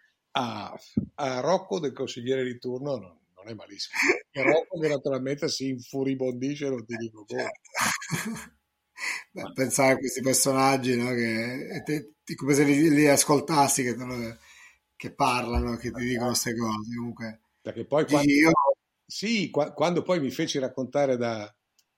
a Rocco del consigliere di turno non è malissimo. E Rocco che naturalmente si infuribondisce, non ti dico come. Pensare a questi personaggi, no? Come se li ascoltassi che parlano, che ti dicono queste cose. Comunque, perché poi quando poi mi feci raccontare da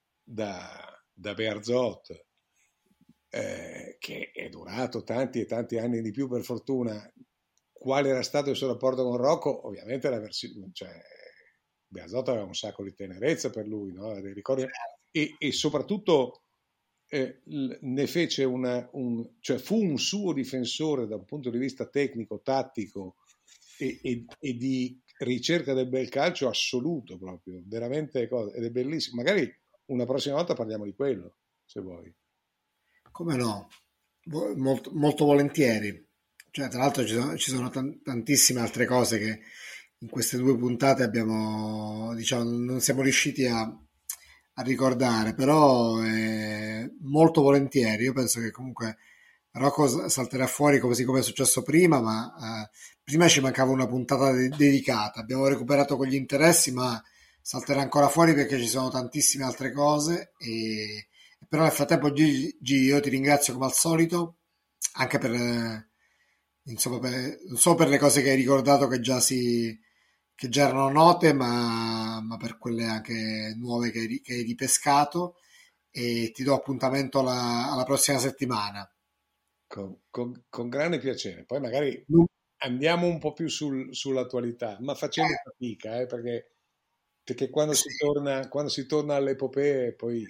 Bearzot, che è durato tanti e tanti anni di più per fortuna, quale era stato il suo rapporto con Rocco, ovviamente cioè, Bearzot aveva un sacco di tenerezza per lui, no? Ricordi, e soprattutto ne fece cioè fu un suo difensore da un punto di vista tecnico, tattico e di ricerca del bel calcio assoluto, proprio, veramente ed è bellissimo. Magari una prossima volta parliamo di quello, se vuoi. Come no? Molto, molto volentieri. Cioè, tra l'altro ci sono tantissime altre cose che in queste 2 puntate abbiamo, diciamo, non siamo riusciti a ricordare, però molto volentieri. Io penso che comunque Rocco salterà fuori così come è successo prima, ma prima ci mancava una puntata dedicata. Abbiamo recuperato quegli interessi, ma salterà ancora fuori perché ci sono tantissime altre cose. Però nel frattempo, Gigi, io ti ringrazio come al solito, anche insomma, non solo per le cose che hai ricordato che già erano note, ma per quelle anche nuove che hai ripescato, e ti do appuntamento alla prossima settimana. Con grande piacere. Poi magari andiamo un po' più sull'attualità, ma facendo fatica, perché quando si torna alle epopee poi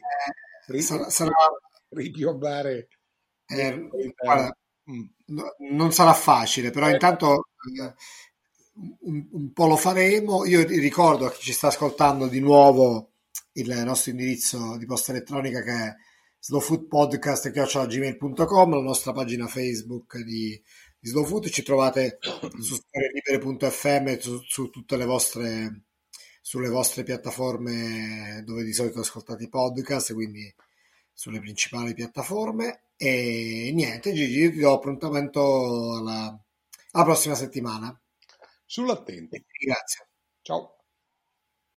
ripiombare. Guarda, non sarà facile, però intanto un po' lo faremo. Io ricordo a chi ci sta ascoltando di nuovo il nostro indirizzo di posta elettronica, che è slowfoodpodcast@gmail.com, la nostra pagina Facebook di Slow Food. Ci trovate su storielibere.fm, su tutte sulle vostre piattaforme dove di solito ascoltate i podcast, quindi sulle principali piattaforme. E niente, Gigi, io ti do appuntamento alla prossima settimana. Sull'attenti. Grazie. Ciao.